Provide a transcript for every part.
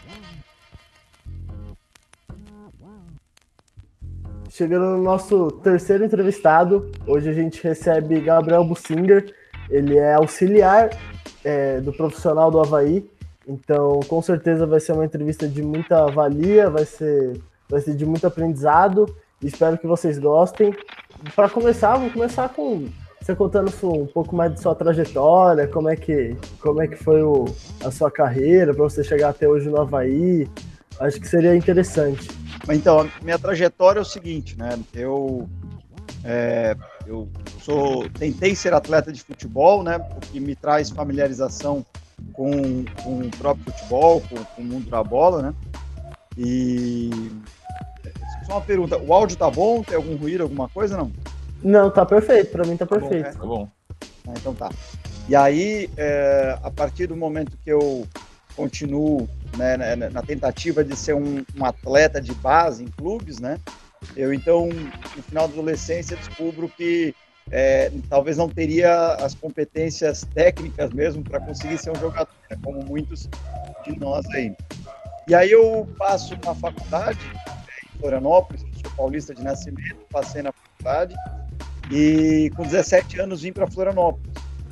Chegando no nosso terceiro entrevistado, hoje a gente recebe Gabriel Bussinger. Ele é auxiliar do profissional do Avaí, então com certeza vai ser uma entrevista de muita valia, vai ser de muito aprendizado. Espero que vocês gostem. Para começar, vamos começar com você contando um pouco mais de sua trajetória, como é que foi a sua carreira para você chegar até hoje no Avaí. Acho que seria interessante. Então, a minha trajetória é o seguinte, né? Eu tentei ser atleta de futebol, né? O que me traz familiarização com o próprio futebol, com o mundo da bola, né? E só uma pergunta, o áudio tá bom? Tem algum ruído, alguma coisa, não? Não, tá perfeito, para mim tá perfeito. Tá bom. Então tá. E aí, a partir do momento que eu continuo, né, na tentativa de ser um atleta de base em clubes, né? Eu, então, no final da adolescência, descubro que talvez não teria as competências técnicas mesmo para conseguir ser um jogador, né, como muitos de nós aí. E aí eu passo na faculdade, em Florianópolis, sou paulista de nascimento, passei na faculdade e com 17 anos vim para Florianópolis.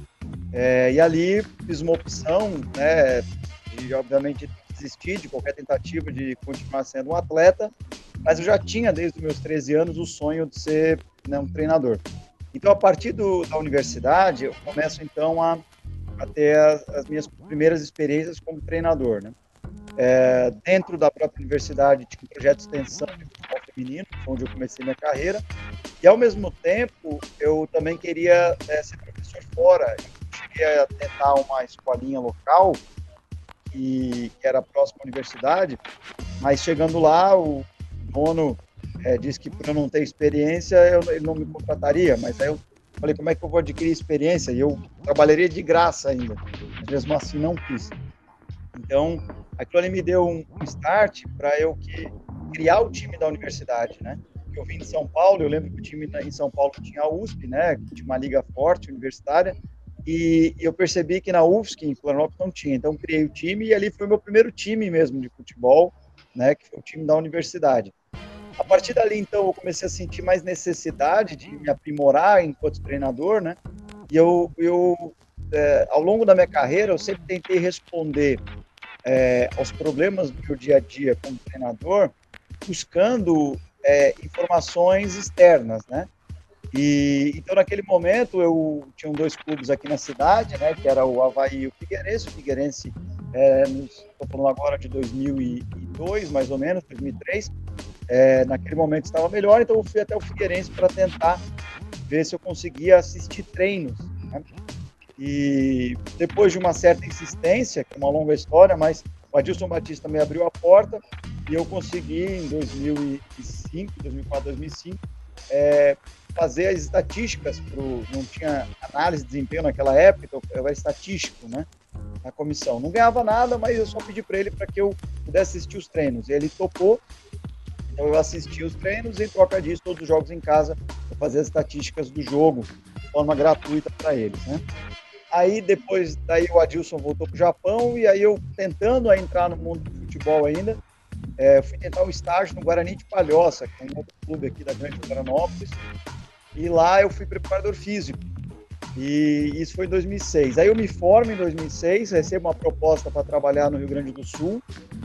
E ali fiz uma opção, né, e obviamente desisti de qualquer tentativa de continuar sendo um atleta, mas eu já tinha desde os meus 13 anos o sonho de ser, né, um treinador. Então, a partir da universidade, eu começo então a ter as minhas primeiras experiências como treinador, né? Dentro da própria universidade tinha um projeto de extensão de futebol feminino, onde eu comecei minha carreira, e ao mesmo tempo eu também queria ser professor fora. Eu cheguei a tentar uma escolinha local que era próximo à universidade, mas chegando lá, o dono disse que por eu não ter experiência, ele não me contrataria, mas aí eu falei, como é que eu vou adquirir experiência? E eu trabalharia de graça ainda, mas mesmo assim não quis. Então, aquilo ali me deu um start para eu criar o time da universidade, né? Eu vim de São Paulo, eu lembro que o time em São Paulo tinha a USP, né? Tinha uma liga forte, universitária, e eu percebi que na UFSC, em Florianópolis, não tinha. Então, criei o time e ali foi o meu primeiro time mesmo de futebol, né? Que foi o time da universidade. A partir dali, então, eu comecei a sentir mais necessidade de me aprimorar enquanto treinador, né? E ao longo da minha carreira, eu sempre tentei responder aos problemas do meu dia a dia como treinador, buscando informações externas, né? Então, naquele momento, eu tinha dois clubes aqui na cidade, né? Que era o Avaí e o Figueirense. O Figueirense, estou falando agora de 2002, mais ou menos, 2003. Naquele momento estava melhor, então eu fui até o Figueirense para tentar ver se eu conseguia assistir treinos, né? E depois de uma certa insistência, que é uma longa história, mas o Adilson Batista me abriu a porta e eu consegui, em 2005, 2004, 2005, fazer as estatísticas, não tinha análise de desempenho naquela época, então eu era estatístico, né, na comissão. Não ganhava nada, mas eu só pedi para ele para que eu pudesse assistir os treinos. E ele topou, então eu assisti os treinos e, em troca disso, todos os jogos em casa, eu fazia as estatísticas do jogo de forma gratuita para eles, né. Aí, depois, daí o Adilson voltou para o Japão, e aí eu, tentando entrar no mundo do futebol ainda, fui tentar um estágio no Guarani de Palhoça, que é um outro clube aqui da Grande Florianópolis, e lá eu fui preparador físico, e isso foi em 2006. Aí eu me formo em 2006, recebo uma proposta para trabalhar no Rio Grande do Sul,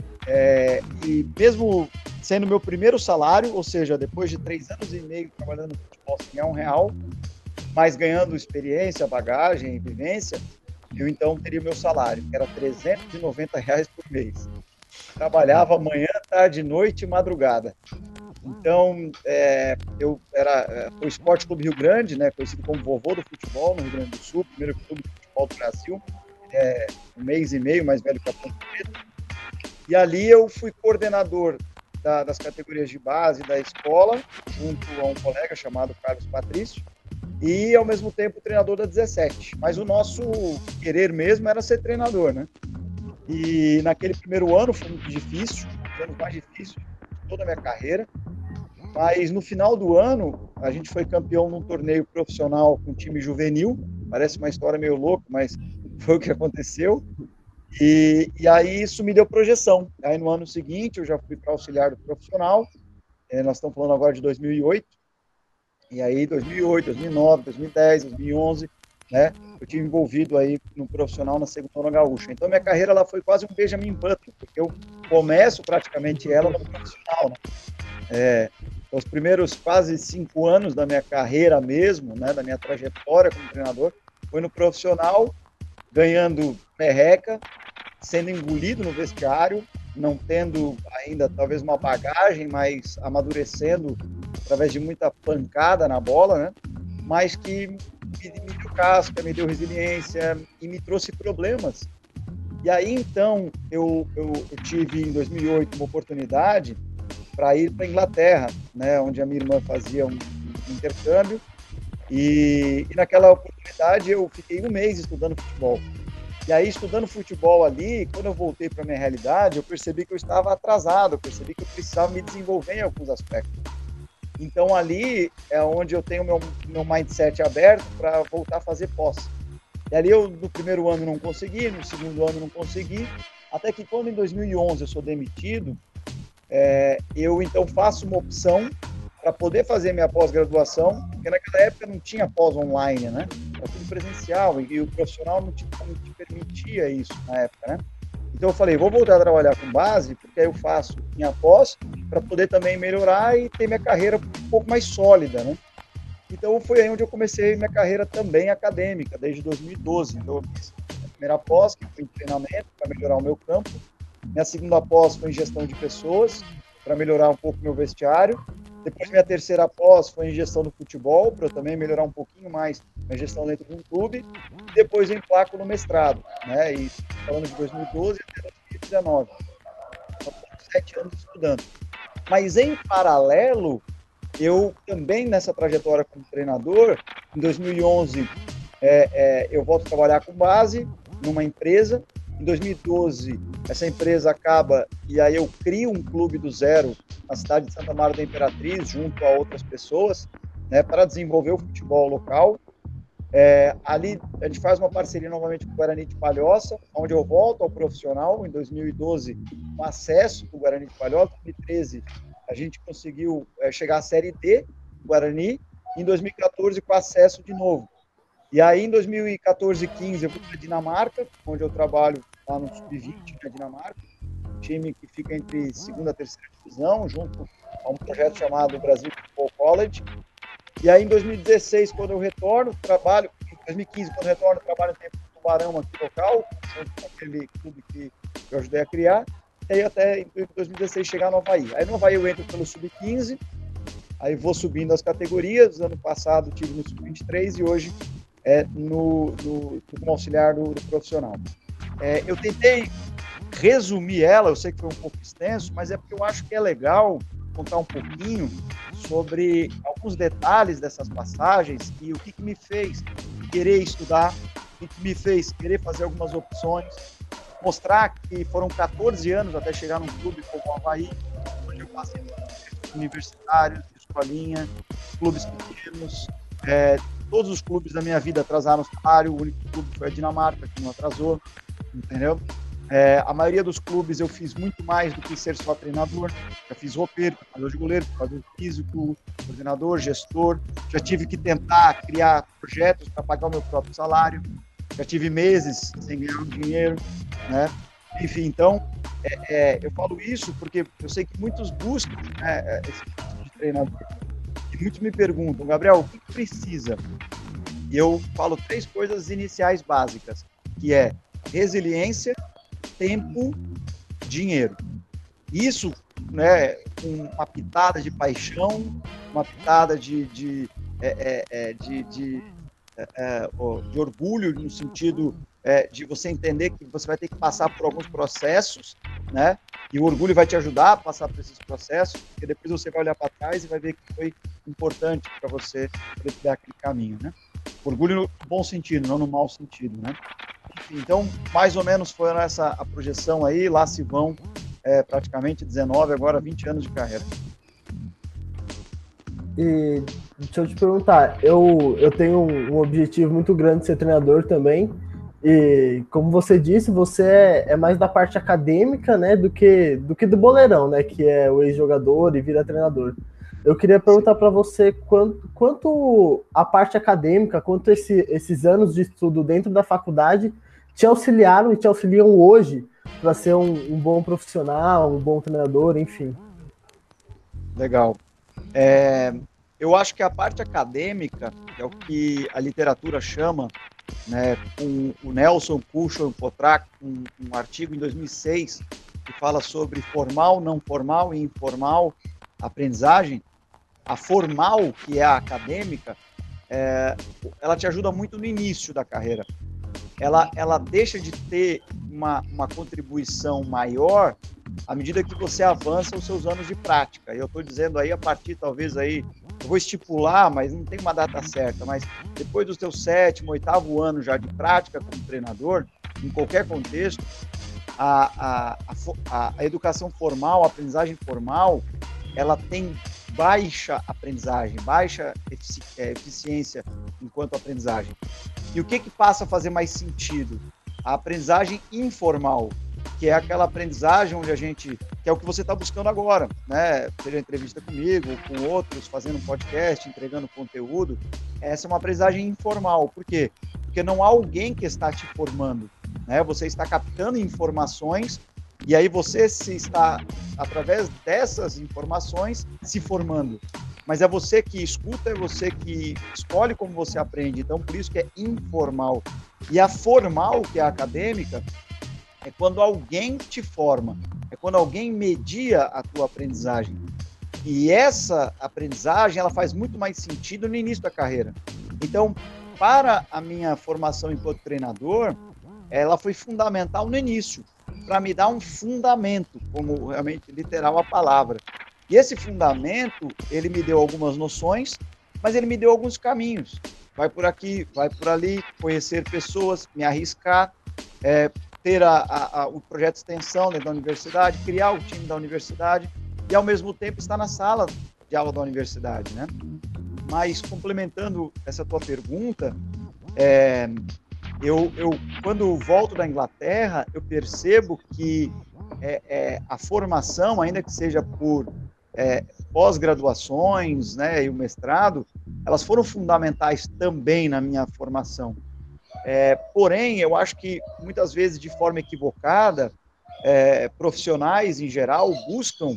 e mesmo sendo meu primeiro salário, ou seja, depois de 3 anos e meio trabalhando no futebol sem ganhar R$1, mas ganhando experiência, bagagem, vivência, eu então teria meu salário, que era R$390 por mês. Trabalhava manhã, tarde, noite e madrugada. Então, eu era o Esporte Clube Rio Grande, né, conhecido como vovô do futebol no Rio Grande do Sul, primeiro clube de futebol do Brasil, 1 mês e meio mais velho que a Ponte Preta. E ali eu fui coordenador das categorias de base da escola, junto a um colega chamado Carlos Patrício, e, ao mesmo tempo, treinador da 17. Mas o nosso querer mesmo era ser treinador, né? E naquele primeiro ano foi muito difícil, um dos anos mais difíceis de toda a minha carreira. Mas no final do ano, a gente foi campeão num torneio profissional com time juvenil. Parece uma história meio louca, mas foi o que aconteceu. E aí isso me deu projeção. Aí no ano seguinte eu já fui para auxiliar do profissional, nós estamos falando agora de 2008, e aí 2008, 2009, 2010, 2011, né, eu tive envolvido aí no profissional na Segunda Gaúcha. Então minha carreira ela foi quase um Benjamin Button, porque eu começo praticamente ela no profissional, né? Os primeiros quase 5 anos da minha carreira mesmo, né, da minha trajetória como treinador, foi no profissional, ganhando merreca, sendo engolido no vestiário, não tendo ainda talvez uma bagagem, mas amadurecendo através de muita pancada na bola, né? Mas que me deu casca, me deu resiliência e me trouxe problemas. E aí, então, eu tive em 2008 uma oportunidade para ir para a Inglaterra, né, onde a minha irmã fazia um intercâmbio, e naquela oportunidade eu fiquei um mês estudando futebol. E aí, estudando futebol ali, quando eu voltei para a minha realidade, eu percebi que eu estava atrasado, eu percebi que eu precisava me desenvolver em alguns aspectos. Então, ali é onde eu tenho meu mindset aberto para voltar a fazer pós. E ali, eu no primeiro ano não consegui, no segundo ano não consegui, até que quando em 2011 eu sou demitido, eu então faço uma opção para poder fazer minha pós-graduação, porque naquela época não tinha pós online, né? Era tudo presencial e o profissional não te permitia isso na época, né? Então eu falei, vou voltar a trabalhar com base, porque aí eu faço minha pós para poder também melhorar e ter minha carreira um pouco mais sólida, né? Então foi aí onde eu comecei minha carreira também acadêmica, desde 2012. Então eu fiz a primeira pós, que foi em treinamento, para melhorar o meu campo. Minha segunda pós foi em gestão de pessoas, para melhorar um pouco o meu vestiário. Depois, minha terceira pós foi em gestão do futebol, para eu também melhorar um pouquinho mais a gestão dentro de um clube. E depois eu emplaco no mestrado, né? E falando de 2012 até 2019. Então, 7 anos estudando. Mas, em paralelo, eu também, nessa trajetória como treinador, em 2011, eu volto a trabalhar com base numa empresa. Em 2012, essa empresa acaba e aí eu crio um clube do zero na cidade de Santa Maria da Imperatriz, junto a outras pessoas, né, para desenvolver o futebol local. Ali a gente faz uma parceria novamente com o Guarani de Palhoça, onde eu volto ao profissional em 2012, com acesso do Guarani de Palhoça. Em 2013, a gente conseguiu chegar à Série D do Guarani, em 2014 com acesso de novo. E aí, em 2014 e 15, eu fui para a Dinamarca, onde eu trabalho lá no Sub-20, na Dinamarca, um time que fica entre segunda e terceira divisão, junto a um projeto chamado Brasil Football College. E aí, em 2016, quando eu retorno, trabalho, em 2015, quando eu retorno, trabalho no tempo do Tubarão aqui local, junto com aquele clube que eu ajudei a criar, e aí até em 2016 chegar no Avaí. Aí no Avaí eu entro pelo Sub-15, aí vou subindo as categorias, ano passado tive no Sub-23 e hoje como auxiliar do profissional. Eu tentei resumir ela, eu sei que foi um pouco extenso, mas é porque eu acho que é legal contar um pouquinho sobre alguns detalhes dessas passagens e o que me fez querer estudar, o que me fez querer fazer algumas opções, mostrar que foram 14 anos até chegar num clube como o Avaí, onde eu passei por universitários, escolinha, clubes pequenos, todos os clubes da minha vida atrasaram o salário, o único clube foi a Dinamarca, que não atrasou, entendeu? A maioria dos clubes eu fiz muito mais do que ser só treinador. Já fiz roupeiro, treinador de goleiro, treinador físico, coordenador, gestor. Já tive que tentar criar projetos para pagar o meu próprio salário. Já tive meses sem ganhar dinheiro, né? Enfim, então, eu falo isso porque eu sei que muitos buscam, né, esse tipo de treinador. E muitos me perguntam, Gabriel, o que precisa? E eu falo 3 coisas iniciais básicas, que é resiliência, tempo, dinheiro. Isso, né, com uma pitada de paixão, uma pitada de orgulho, no sentido de você entender que você vai ter que passar por alguns processos, né? E o orgulho vai te ajudar a passar por esses processos, porque depois você vai olhar para trás e vai ver que foi importante para você dar aquele caminho, né? Orgulho no bom sentido, não no mau sentido, né? Enfim, então, mais ou menos foi a projeção aí, lá se vão praticamente 19, agora 20 anos de carreira. E deixa eu te perguntar, eu tenho um objetivo muito grande de ser treinador também, E, como você disse, você é mais da parte acadêmica, né, do boleirão, né, que é o ex-jogador e vira treinador. Eu queria Sim. perguntar para você quanto a parte acadêmica, quanto esses anos de estudo dentro da faculdade te auxiliaram e te auxiliam hoje para ser um bom profissional, um bom treinador, enfim. Legal. Eu acho que a parte acadêmica, que é o que a literatura chama, né, com o Nelson Kuchel-Potrak, um artigo em 2006, que fala sobre formal, não formal e informal aprendizagem. A formal, que é a acadêmica, ela te ajuda muito no início da carreira. Ela deixa de ter uma contribuição maior à medida que você avança os seus anos de prática. Eu estou dizendo aí a partir, talvez, aí, eu vou estipular, mas não tem uma data certa, mas depois do seu 7º, 8º ano já de prática como treinador, em qualquer contexto, a educação formal, a aprendizagem formal, ela tem baixa aprendizagem, baixa eficiência enquanto aprendizagem. E o que passa a fazer mais sentido? A aprendizagem informal, que é aquela aprendizagem onde a gente, que é o que você está buscando agora, né? Seja entrevista comigo, ou com outros, fazendo um podcast, entregando conteúdo. Essa é uma aprendizagem informal. Por quê? Porque não há alguém que está te formando, né? Você está captando informações e aí você se está, através dessas informações, se formando. Mas é você que escuta, é você que escolhe como você aprende. Então, por isso que é informal. E a formal, que é a acadêmica, é quando alguém te forma, é quando alguém media a tua aprendizagem. E essa aprendizagem, ela faz muito mais sentido no início da carreira. Então, para a minha formação enquanto treinador, ela foi fundamental no início, para me dar um fundamento, como realmente literal a palavra. E esse fundamento, ele me deu algumas noções, mas ele me deu alguns caminhos. Vai por aqui, vai por ali, conhecer pessoas, me arriscar, ter o projeto de extensão dentro da universidade, criar o time da universidade e, ao mesmo tempo, estar na sala de aula da universidade, né? Mas, complementando essa tua pergunta, eu quando volto da Inglaterra, eu percebo que a formação, ainda que seja por pós-graduações, né, e o mestrado, elas foram fundamentais também na minha formação. Porém, eu acho que muitas vezes, de forma equivocada, profissionais em geral buscam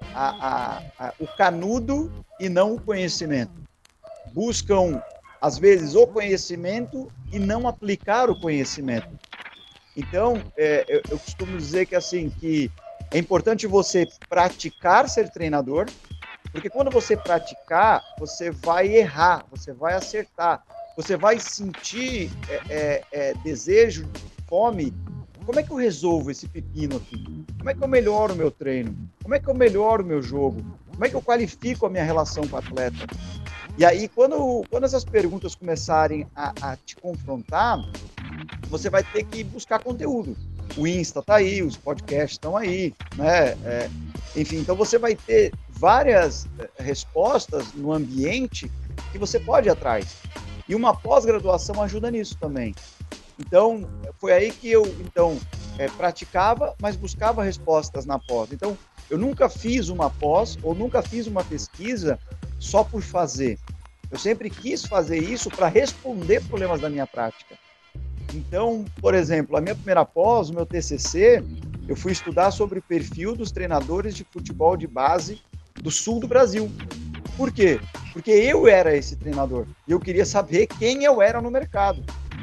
o canudo e não o conhecimento. Buscam, às vezes, o conhecimento e não aplicar o conhecimento. Então, eu costumo dizer que, assim, que é importante você praticar ser treinador, porque quando você praticar, você vai errar, você vai acertar, você vai sentir desejo, fome. Como é que eu resolvo esse pepino aqui? Como é que eu melhoro o meu treino? Como é que eu melhoro o meu jogo? Como é que eu qualifico a minha relação com o atleta? E aí, quando essas perguntas começarem a te confrontar, você vai ter que buscar conteúdo. O Insta está aí, os podcasts estão aí, né? Enfim, então você vai ter várias respostas no ambiente que você pode ir atrás. E uma pós-graduação ajuda nisso também. Então, foi aí que eu praticava, mas buscava respostas na pós. Então, eu nunca fiz uma pós ou nunca fiz uma pesquisa só por fazer. Eu sempre quis fazer isso para responder problemas da minha prática. Então, por exemplo, a minha primeira pós, o meu TCC, eu fui estudar sobre o perfil dos treinadores de futebol de base do sul do Brasil. Por quê? Porque eu era esse treinador e eu queria saber quem eu era no mercado.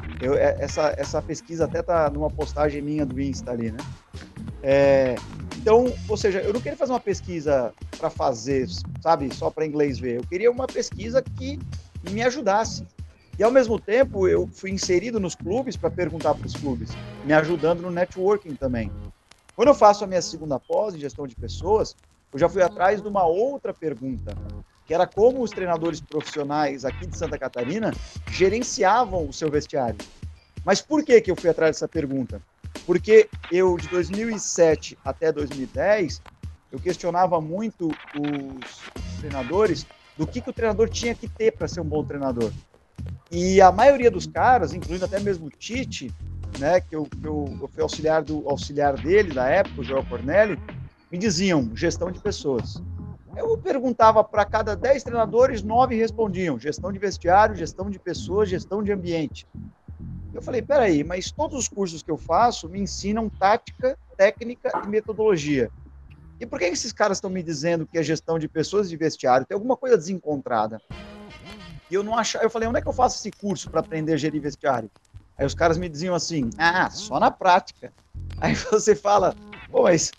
Essa pesquisa até está numa postagem minha do Insta ali, né? Então, ou seja, eu não queria fazer uma pesquisa para fazer, sabe, só para inglês ver. Eu queria uma pesquisa que me ajudasse. E, ao mesmo tempo, eu fui inserido nos clubes para perguntar para os clubes, me ajudando no networking também. Quando eu faço a minha segunda pós em gestão de pessoas, eu já fui atrás de uma outra pergunta, que era como os treinadores profissionais aqui de Santa Catarina gerenciavam o seu vestiário. Mas por que eu fui atrás dessa pergunta? Porque eu, de 2007 até 2010, eu questionava muito os treinadores do que o treinador tinha que ter para ser um bom treinador. E a maioria dos caras, incluindo até mesmo o Tite, né, que eu fui auxiliar dele, da época, o Joel Cornelli, me diziam gestão de pessoas. Eu perguntava para cada 10 treinadores, 9 respondiam gestão de vestiário, gestão de pessoas, gestão de ambiente. Eu falei, peraí, mas todos os cursos que eu faço me ensinam tática, técnica e metodologia. E por que esses caras estão me dizendo que é gestão de pessoas e de vestiário? Tem alguma coisa desencontrada. E eu não achava, eu falei, onde é que eu faço esse curso para aprender a gerir vestiário? Aí os caras me diziam assim, só na prática. Aí você fala, pô, mas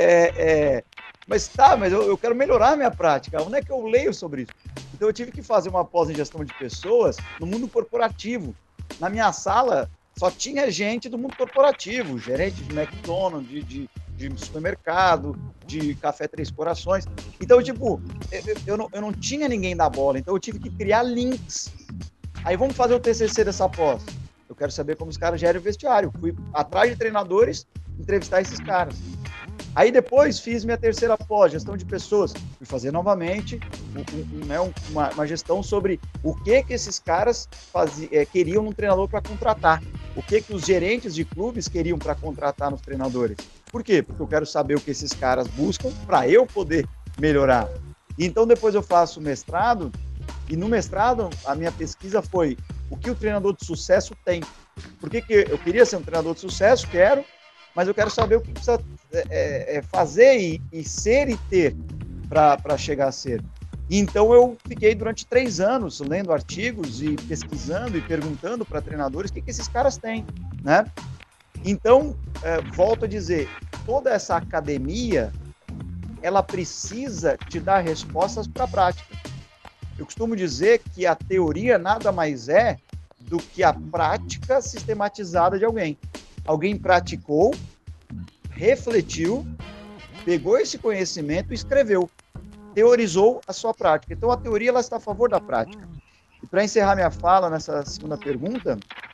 mas eu quero melhorar a minha prática. Onde é que eu leio sobre isso? Então eu tive que fazer uma pós em gestão de pessoas no mundo corporativo. Na minha sala só tinha gente do mundo corporativo, gerente de McDonald's, de supermercado, de Café Três Corações. Então, tipo, eu não tinha ninguém da bola, então eu tive que criar links. Aí vamos fazer o TCC dessa pós. Eu quero saber como os caras gerem o vestiário. Fui atrás de treinadores, entrevistar esses caras. Aí depois fiz minha terceira pós, gestão de pessoas. Fui fazer novamente uma gestão sobre o que esses caras queriam num treinador para contratar. O que os gerentes de clubes queriam para contratar nos treinadores. Por quê? Porque eu quero saber o que esses caras buscam para eu poder melhorar. Então depois eu faço o mestrado, e no mestrado a minha pesquisa foi o que o treinador de sucesso tem. Por que eu queria ser um treinador de sucesso? Quero, mas eu quero saber o que precisa fazer e ser e ter para chegar a ser. Então eu fiquei durante 3 anos lendo artigos e pesquisando e perguntando para treinadores o que esses caras têm, né? Então, volto a dizer, toda essa academia, ela precisa te dar respostas para a prática. Eu costumo dizer que a teoria nada mais é do que a prática sistematizada de alguém. Alguém praticou, refletiu, pegou esse conhecimento e escreveu, teorizou a sua prática. Então, a teoria ela está a favor da prática. E para encerrar minha fala nessa segunda pergunta,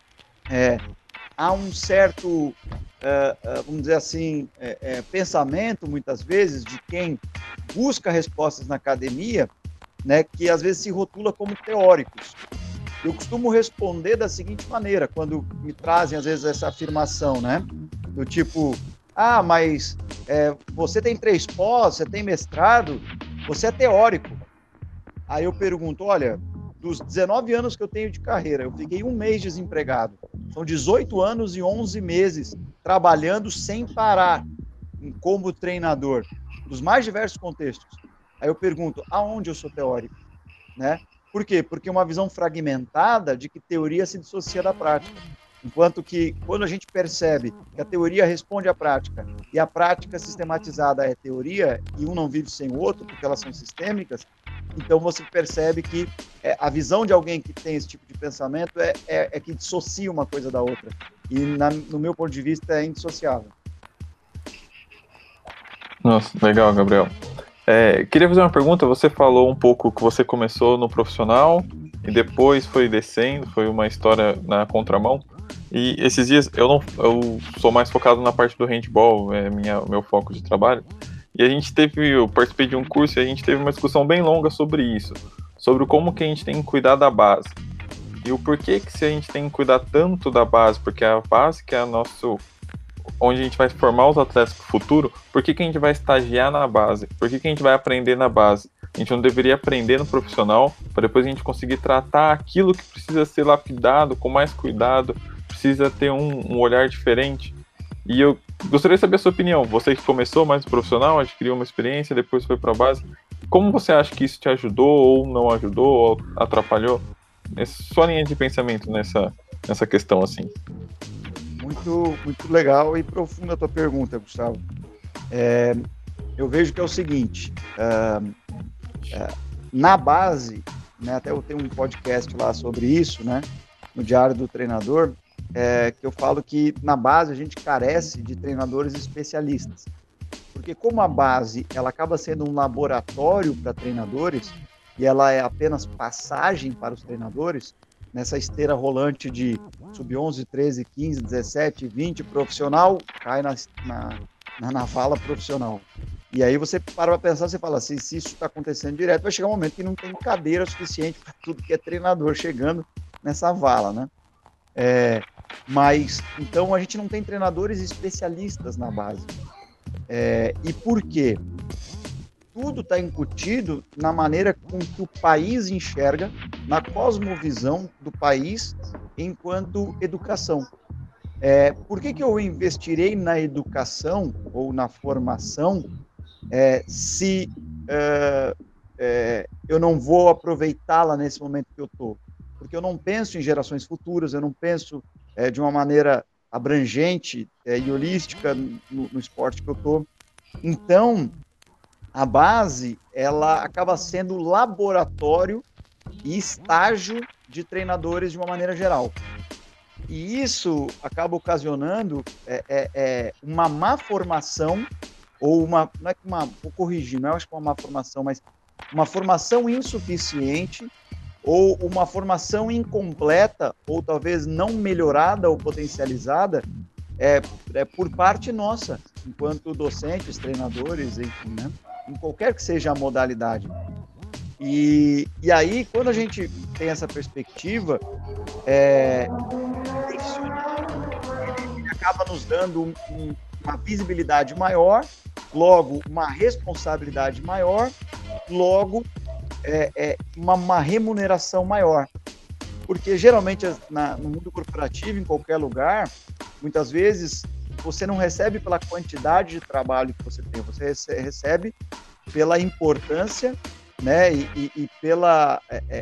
há um certo, vamos dizer assim, pensamento, muitas vezes, de quem busca respostas na academia, né, que às vezes se rotula como teóricos. Eu costumo responder da seguinte maneira, quando me trazem, às vezes, essa afirmação, né, do tipo, mas você tem 3 pós, você tem mestrado, você é teórico. Aí eu pergunto, olha, dos 19 anos que eu tenho de carreira, eu fiquei 1 mês desempregado. São 18 anos e 11 meses trabalhando sem parar como treinador, dos mais diversos contextos. Aí eu pergunto, aonde eu sou teórico? Né? Por quê? Porque uma visão fragmentada de que teoria se dissocia da prática. Enquanto que, quando a gente percebe que a teoria responde à prática e a prática sistematizada é teoria e um não vive sem o outro, porque elas são sistêmicas, então você percebe que a visão de alguém que tem esse tipo de pensamento é que dissocia uma coisa da outra. E, no meu ponto de vista, é indissociável. Nossa, legal, Gabriel. Queria fazer uma pergunta. Você falou um pouco que você começou no profissional e depois foi descendo, foi uma história na contramão. E esses dias eu sou mais focado na parte do handball, meu foco de trabalho. E eu participei de um curso e a gente teve uma discussão bem longa sobre isso, sobre como que a gente tem que cuidar da base. E o porquê que se a gente tem que cuidar tanto da base, porque a base que é onde a gente vai formar os atletas para o futuro, por que a gente vai estagiar na base? Por que a gente vai aprender na base? A gente não deveria aprender no profissional, para depois a gente conseguir tratar aquilo que precisa ser lapidado com mais cuidado, precisa ter um olhar diferente. E eu gostaria de saber a sua opinião. Você que começou mais no profissional, adquiriu uma experiência, depois foi para a base. Como você acha que isso te ajudou, ou não ajudou, ou atrapalhou? Sua linha de pensamento nessa questão, assim. Muito, muito legal e profunda a tua pergunta, Gustavo. Eu vejo que é o seguinte, na base, né, até eu tenho um podcast lá sobre isso, né, no Diário do Treinador, que eu falo que na base a gente carece de treinadores especialistas. Porque como a base ela acaba sendo um laboratório para treinadores e ela é apenas passagem para os treinadores, nessa esteira rolante de sub-11, 13, 15, 17, 20, profissional, cai na vala profissional. E aí você para pensar, você fala, se isso está acontecendo direto, vai chegar um momento que não tem cadeira suficiente para tudo que é treinador chegando nessa vala, né? Mas, então, a gente não tem treinadores especialistas na base. E por quê? Tudo está incutido na maneira com que o país enxerga, na cosmovisão do país enquanto educação. Por que eu investirei na educação ou na formação se eu não vou aproveitá-la nesse momento que eu estou? Porque eu não penso em gerações futuras, eu não penso de uma maneira abrangente e holística no esporte que eu estou. Então, a base, ela acaba sendo laboratório e estágio de treinadores de uma maneira geral. E isso acaba ocasionando uma má formação, ou não é que vou corrigir, não acho que é uma má formação, mas uma formação insuficiente, ou uma formação incompleta, ou talvez não melhorada ou potencializada, por parte nossa, enquanto docentes, treinadores, enfim, né? Em qualquer que seja a modalidade. E aí, quando a gente tem essa perspectiva, ele acaba nos dando uma visibilidade maior, logo uma responsabilidade maior, logo uma remuneração maior. Porque geralmente no mundo corporativo, em qualquer lugar, muitas vezes você não recebe pela quantidade de trabalho que você tem, você recebe pela importância, né, e pela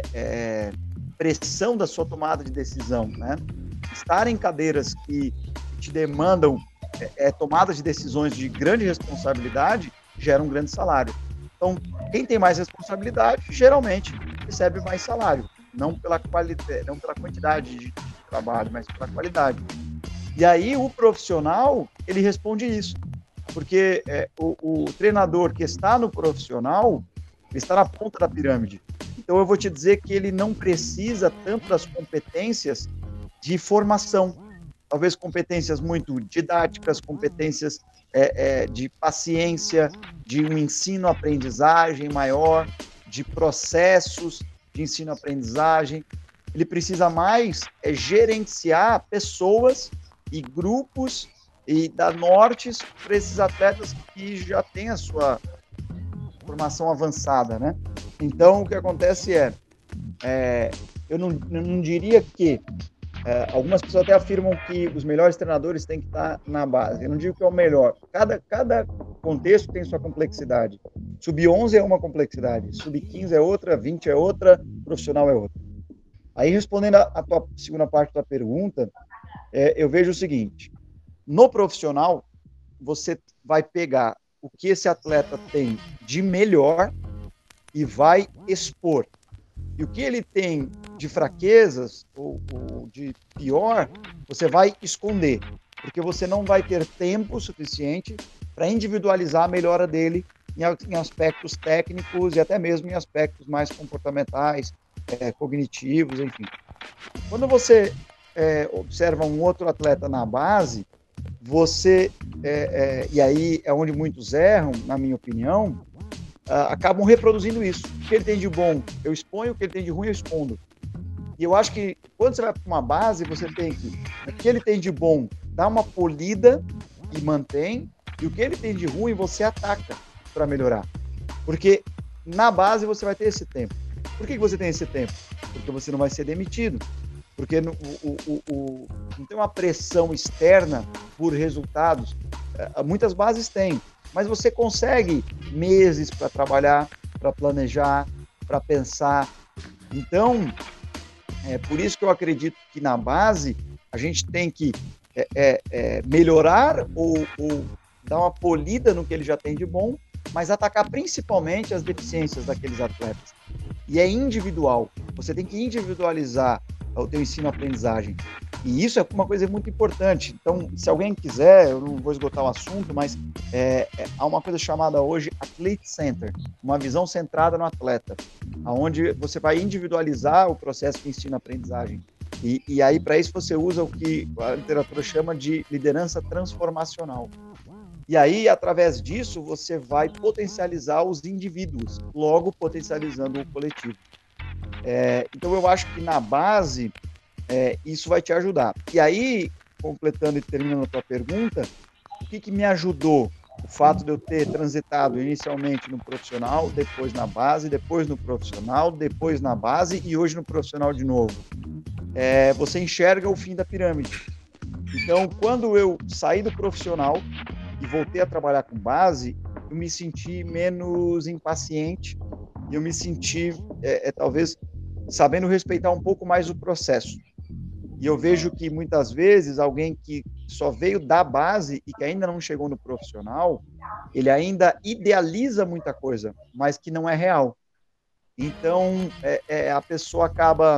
pressão da sua tomada de decisão, né? Estar em cadeiras que te demandam tomada de decisões de grande responsabilidade gera um grande salário. Então, quem tem mais responsabilidade, geralmente, recebe mais salário. Não pela quantidade de trabalho, mas pela qualidade. E aí, o profissional, ele responde isso. Porque o treinador que está no profissional, ele está na ponta da pirâmide. Então, eu vou te dizer que ele não precisa tanto das competências de formação. Talvez competências muito didáticas, competências de paciência, de um ensino-aprendizagem maior, de processos de ensino-aprendizagem. Ele precisa mais gerenciar pessoas e grupos e dar nortes para esses atletas que já têm a sua formação avançada, né? Então, o que acontece eu não diria que algumas pessoas até afirmam que os melhores treinadores têm que estar na base. Eu não digo que é o melhor. Cada contexto tem sua complexidade. Sub-11 é uma complexidade, sub-15 é outra, 20 é outra, profissional é outra. Aí, respondendo a tua segunda parte da pergunta, eu vejo o seguinte: no profissional, você vai pegar o que esse atleta tem de melhor e vai expor. E o que ele tem de fraquezas ou de pior, você vai esconder, porque você não vai ter tempo suficiente para individualizar a melhora dele em aspectos técnicos e até mesmo em aspectos mais comportamentais, cognitivos, enfim. Quando você observa um outro atleta na base, você, e aí é onde muitos erram, na minha opinião, acabam reproduzindo isso. O que ele tem de bom, eu exponho, o que ele tem de ruim, eu escondo. E eu acho que quando você vai para uma base, você tem que, o que ele tem de bom, dá uma polida e mantém, e o que ele tem de ruim, você ataca para melhorar. Porque na base você vai ter esse tempo. Por que você tem esse tempo? Porque você não vai ser demitido. Porque não tem uma pressão externa por resultados. Muitas bases têm, mas você consegue meses para trabalhar, para planejar, para pensar. Então, por isso que eu acredito que na base a gente tem que melhorar ou dar uma polida no que ele já tem de bom, mas atacar principalmente as deficiências daqueles atletas. E é individual. Você tem que individualizar o teu ensino-aprendizagem. E isso é uma coisa muito importante. Então, se alguém quiser, eu não vou esgotar o assunto, mas há uma coisa chamada hoje Athlete Center, uma visão centrada no atleta, onde você vai individualizar o processo de ensino-aprendizagem. E aí, para isso, você usa o que a literatura chama de liderança transformacional. E aí, através disso, você vai potencializar os indivíduos, logo potencializando o coletivo. Então, eu acho que na base, isso vai te ajudar. E aí, completando e terminando a tua pergunta, o que me ajudou? O fato de eu ter transitado inicialmente no profissional, depois na base, depois no profissional, depois na base e hoje no profissional de novo. Você enxerga o fim da pirâmide. Então, quando eu saí do profissional e voltei a trabalhar com base, eu me senti menos impaciente e eu me senti, talvez, sabendo respeitar um pouco mais o processo. E eu vejo que, muitas vezes, alguém que só veio da base e que ainda não chegou no profissional, ele ainda idealiza muita coisa, mas que não é real. Então, a pessoa acaba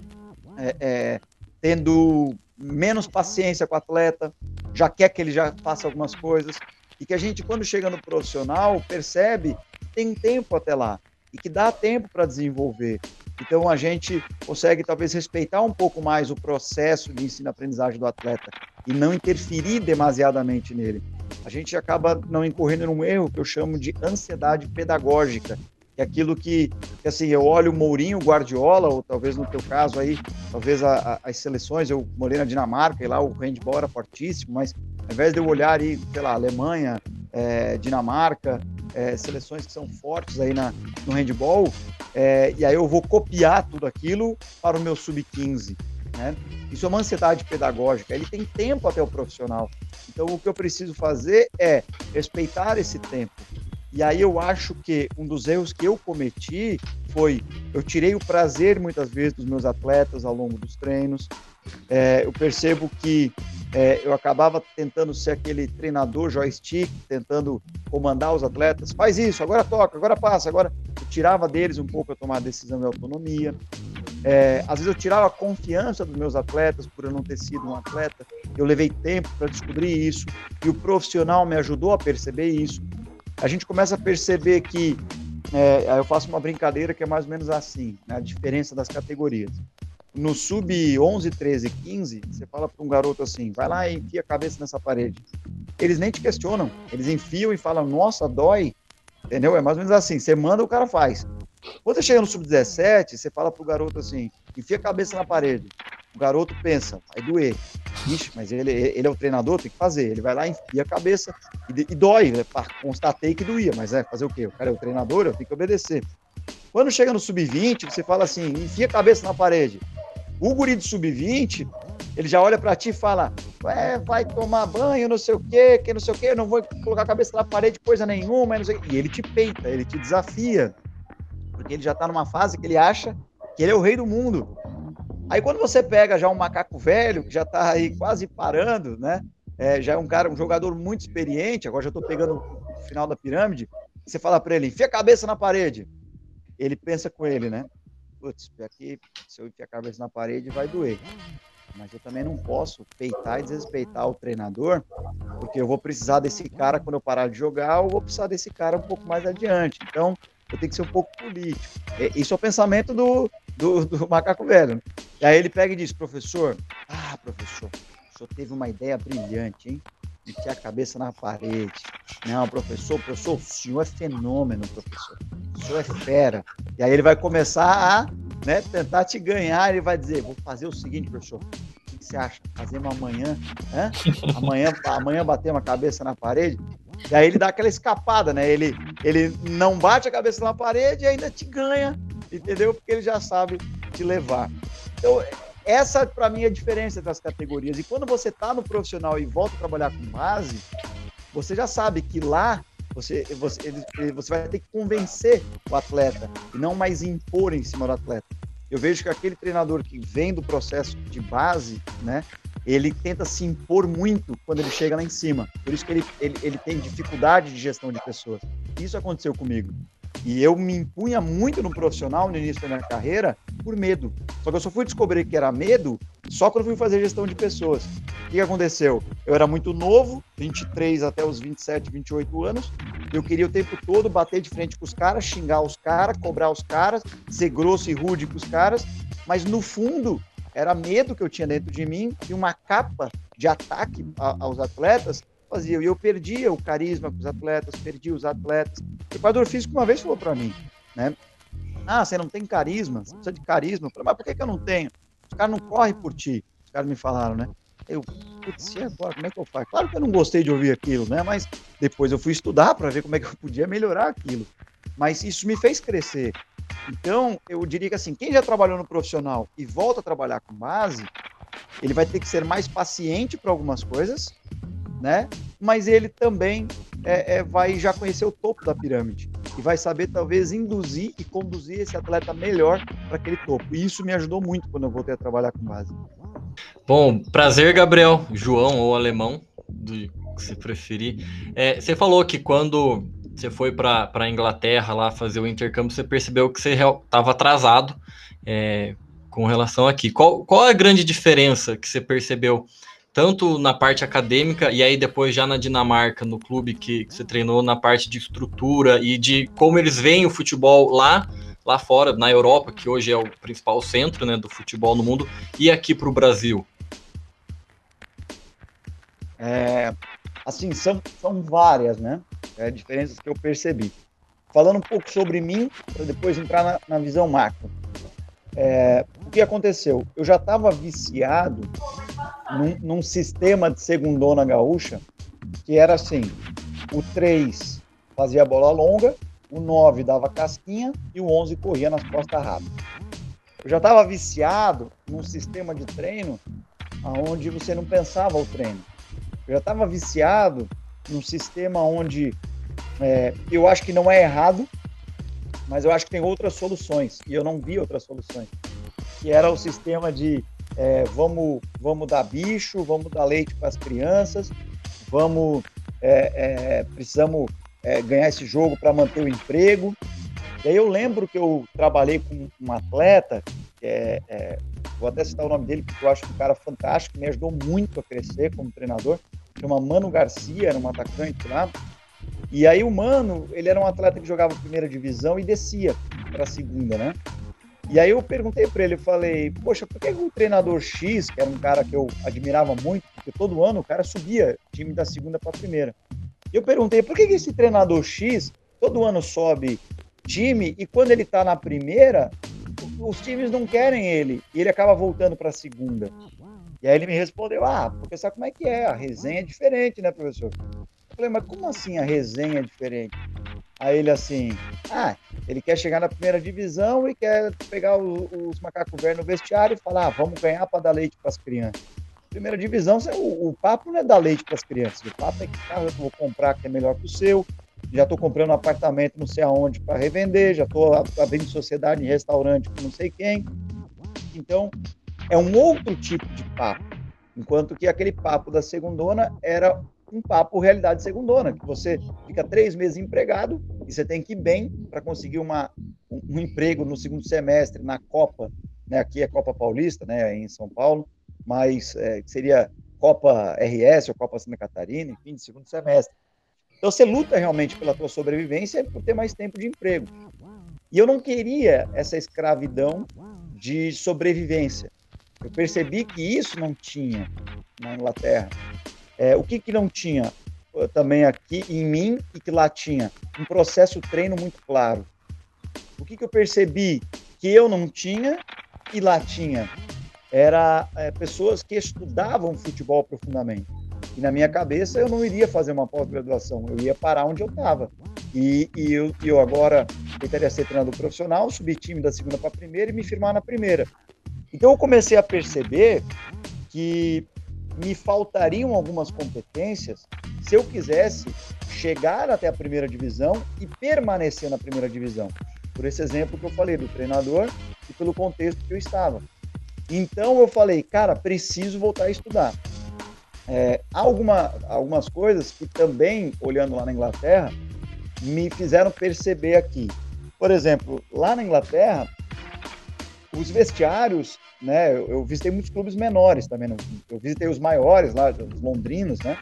tendo menos paciência com o atleta, já quer que ele já faça algumas coisas, e que a gente, quando chega no profissional, percebe que tem tempo até lá, e que dá tempo para desenvolver. Então, a gente consegue, talvez, respeitar um pouco mais o processo de ensino-aprendizagem do atleta e não interferir demasiadamente nele. A gente acaba não incorrendo num erro que eu chamo de ansiedade pedagógica, que é aquilo que assim, eu olho o Mourinho, o Guardiola, ou talvez no teu caso aí, talvez as seleções, eu morei na Dinamarca e lá o handball era fortíssimo, mas ao invés de eu olhar aí, sei lá, Alemanha, Dinamarca, seleções que são fortes aí no handball, e aí eu vou copiar tudo aquilo para o meu sub-15, né? Isso é uma ansiedade pedagógica, ele tem tempo até o profissional. Então, o que eu preciso fazer é respeitar esse tempo. E aí eu acho que um dos erros que eu cometi foi, eu tirei o prazer, muitas vezes, dos meus atletas ao longo dos treinos. Eu percebo que eu acabava tentando ser aquele treinador joystick, tentando comandar os atletas. Faz isso, agora toca, agora passa, agora... Eu tirava deles um pouco a tomar a decisão de autonomia. Às vezes eu tirava a confiança dos meus atletas por eu não ter sido um atleta. Eu levei tempo para descobrir isso e o profissional me ajudou a perceber isso. A gente começa a perceber que eu faço uma brincadeira que é mais ou menos assim, né, a diferença das categorias. No sub-11, 13, 15, você fala para um garoto assim, vai lá e enfia a cabeça nessa parede. Eles nem te questionam, eles enfiam e falam, nossa, dói, entendeu? É mais ou menos assim, você manda, o cara faz. Quando você chega no sub-17, você fala pro garoto assim, enfia a cabeça na parede. O garoto pensa, vai doer. Ixi, mas ele é o treinador, tem que fazer. Ele vai lá, enfia a cabeça e dói. Constatei que doía, mas fazer o quê? O cara é o treinador, eu tenho que obedecer. Quando chega no sub-20, você fala assim, enfia a cabeça na parede. O guri do sub-20, ele já olha pra ti e fala, vai tomar banho, não sei o quê, que não sei o quê, eu não vou colocar a cabeça na parede coisa nenhuma, não sei o quê. E ele te peita, ele te desafia. Porque ele já tá numa fase que ele acha que ele é o rei do mundo. Aí quando você pega já um macaco velho, que já tá aí quase parando, né? Já é um jogador muito experiente, agora já tô pegando o final da pirâmide, você fala para ele, enfia a cabeça na parede. Ele pensa com ele, né? Putz, aqui, se eu enfiar a cabeça na parede, vai doer. Mas eu também não posso peitar e desrespeitar o treinador, porque eu vou precisar desse cara quando eu parar de jogar, ou vou precisar desse cara um pouco mais adiante. Então, eu tenho que ser um pouco político. Isso é o pensamento do macaco velho. Né? E aí ele pega e diz, professor, o senhor teve uma ideia brilhante, hein? Enfiar a cabeça na parede. Não, professor, o senhor é fenômeno, professor. O senhor é fera. E aí ele vai começar a tentar te ganhar, ele vai dizer, vou fazer o seguinte, professor, o que você acha? Fazemos amanhã, né? Amanhã bater uma cabeça na parede? E aí ele dá aquela escapada, né? Ele não bate a cabeça na parede e ainda te ganha, entendeu? Porque ele já sabe te levar. Então, essa para mim é a diferença das categorias. E quando você está no profissional e volta a trabalhar com base, você já sabe que lá você vai ter que convencer o atleta e não mais impor em cima do atleta. Eu vejo que aquele treinador que vem do processo de base, né? Ele tenta se impor muito quando ele chega lá em cima. Por isso que ele tem dificuldade de gestão de pessoas. Isso aconteceu comigo. E eu me impunha muito no profissional no início da minha carreira por medo. Só que eu só fui descobrir que era medo só quando eu fui fazer gestão de pessoas. O que aconteceu? Eu era muito novo, 23 até os 27, 28 anos. Eu queria o tempo todo bater de frente com os caras, xingar os caras, cobrar os caras, ser grosso e rude com os caras. Mas no fundo, era medo que eu tinha dentro de mim e uma capa de ataque aos atletas fazia. E eu perdia o carisma com os atletas, perdia os atletas. O preparador físico uma vez falou para mim, né? Você não tem carisma, você precisa de carisma. Mas por que eu não tenho? os caras não correm por ti. Os caras me falaram, né? Eu, putz, e agora, como é que eu faço? Claro que eu não gostei de ouvir aquilo, né? Mas depois eu fui estudar para ver como é que eu podia melhorar aquilo. Mas isso me fez crescer. Então, eu diria que assim, quem já trabalhou no profissional e volta a trabalhar com base, ele vai ter que ser mais paciente para algumas coisas, né? Mas ele também vai já conhecer o topo da pirâmide e vai saber talvez induzir e conduzir esse atleta melhor para aquele topo. E isso me ajudou muito quando eu voltei a trabalhar com base. Bom, prazer, Gabriel, João ou Alemão, do que você preferir. Você falou que quando você foi para a Inglaterra lá fazer o intercâmbio, você percebeu que você estava atrasado com relação aqui. Qual a grande diferença que você percebeu, tanto na parte acadêmica e aí depois já na Dinamarca, no clube que você treinou, na parte de estrutura e de como eles veem o futebol lá fora, na Europa, que hoje é o principal centro, né, do futebol no mundo, e aqui para o Brasil? Assim, são várias, né? Diferenças que eu percebi. Falando um pouco sobre mim, para depois entrar na visão macro. O que aconteceu? Eu já estava viciado num sistema de segundona gaúcha, que era assim, o 3 fazia bola longa, o 9 dava casquinha e o 11 corria nas costas rápidas. Eu já estava viciado num sistema de treino onde você não pensava o treino. Eu já estava viciado num sistema onde eu acho que não é errado, mas eu acho que tem outras soluções, e eu não vi outras soluções. Que era o sistema de vamos dar bicho, vamos dar leite para as crianças, precisamos ganhar esse jogo para manter o emprego. E aí eu lembro que eu trabalhei com um atleta, vou até citar o nome dele, porque eu acho um cara fantástico, me ajudou muito a crescer como treinador, chama Mano Garcia, era um atacante lá. E aí o Mano, ele era um atleta que jogava primeira divisão e descia para a segunda, né? E aí eu perguntei para ele, eu falei, poxa, por que o treinador X, que era um cara que eu admirava muito, porque todo ano o cara subia time da segunda para a primeira. E eu perguntei, por que esse treinador X todo ano sobe time e quando ele está na primeira, os times não querem ele e ele acaba voltando para a segunda? E aí ele me respondeu, porque sabe como é que é? A resenha é diferente, né, professor? Eu falei, mas como assim a resenha é diferente? Aí ele assim, ele quer chegar na primeira divisão e quer pegar os macacos velhos no vestiário e falar, vamos ganhar para dar leite para as crianças. Primeira divisão, o papo não é dar leite para as crianças, o papo é que carro eu vou comprar que é melhor que o seu, já estou comprando um apartamento não sei aonde para revender, já estou abrindo sociedade em restaurante com não sei quem. Então, é um outro tipo de papo, enquanto que aquele papo da segundona era um papo realidade segundona, que você fica 3 meses empregado e você tem que ir bem para conseguir um emprego no segundo semestre na Copa, né? Aqui é Copa Paulista, né? Em São Paulo, mas seria Copa RS ou Copa Santa Catarina, enfim, de segundo semestre. Então você luta realmente pela tua sobrevivência e por ter mais tempo de emprego. E eu não queria essa escravidão de sobrevivência. Eu percebi que isso não tinha na Inglaterra. O que não tinha também aqui em mim e que lá tinha? Um processo treino muito claro. O que eu percebi que eu não tinha e lá tinha? Era pessoas que estudavam futebol profundamente. E na minha cabeça eu não iria fazer uma pós-graduação, eu ia parar onde eu estava. E eu agora tentaria ser treinador profissional, subir time da segunda para a primeira e me firmar na primeira. Então eu comecei a perceber que me faltariam algumas competências se eu quisesse chegar até a primeira divisão e permanecer na primeira divisão. Por esse exemplo que eu falei do treinador e pelo contexto que eu estava. Então eu falei, cara, preciso voltar a estudar. Há algumas coisas que também, olhando lá na Inglaterra, me fizeram perceber aqui. Por exemplo, lá na Inglaterra, os vestiários, né? Eu visitei muitos clubes menores também. Eu visitei os maiores lá, os londrinos, né?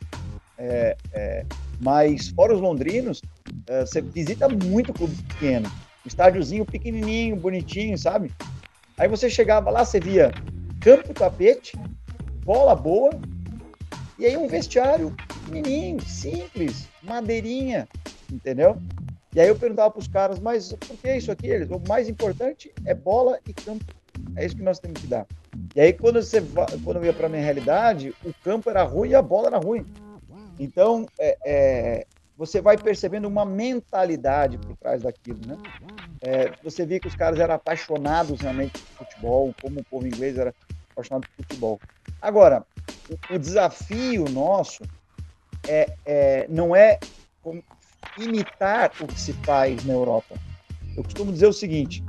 Mas fora os londrinos, você visita muito clube pequeno. Um estádiozinho pequenininho, bonitinho, sabe? Aí você chegava lá, você via campo tapete, bola boa, e aí um vestiário pequenininho, simples, madeirinha, entendeu? E aí eu perguntava para os caras, mas por que isso aqui? O mais importante é bola e campo. É isso que nós temos que dar. E aí, quando eu ia para a minha realidade, o campo era ruim e a bola era ruim. Então, você vai percebendo uma mentalidade por trás daquilo, né? Você via que os caras eram apaixonados realmente por futebol, como o povo inglês era apaixonado por futebol. Agora, o desafio nosso não é imitar o que se faz na Europa. Eu costumo dizer o seguinte,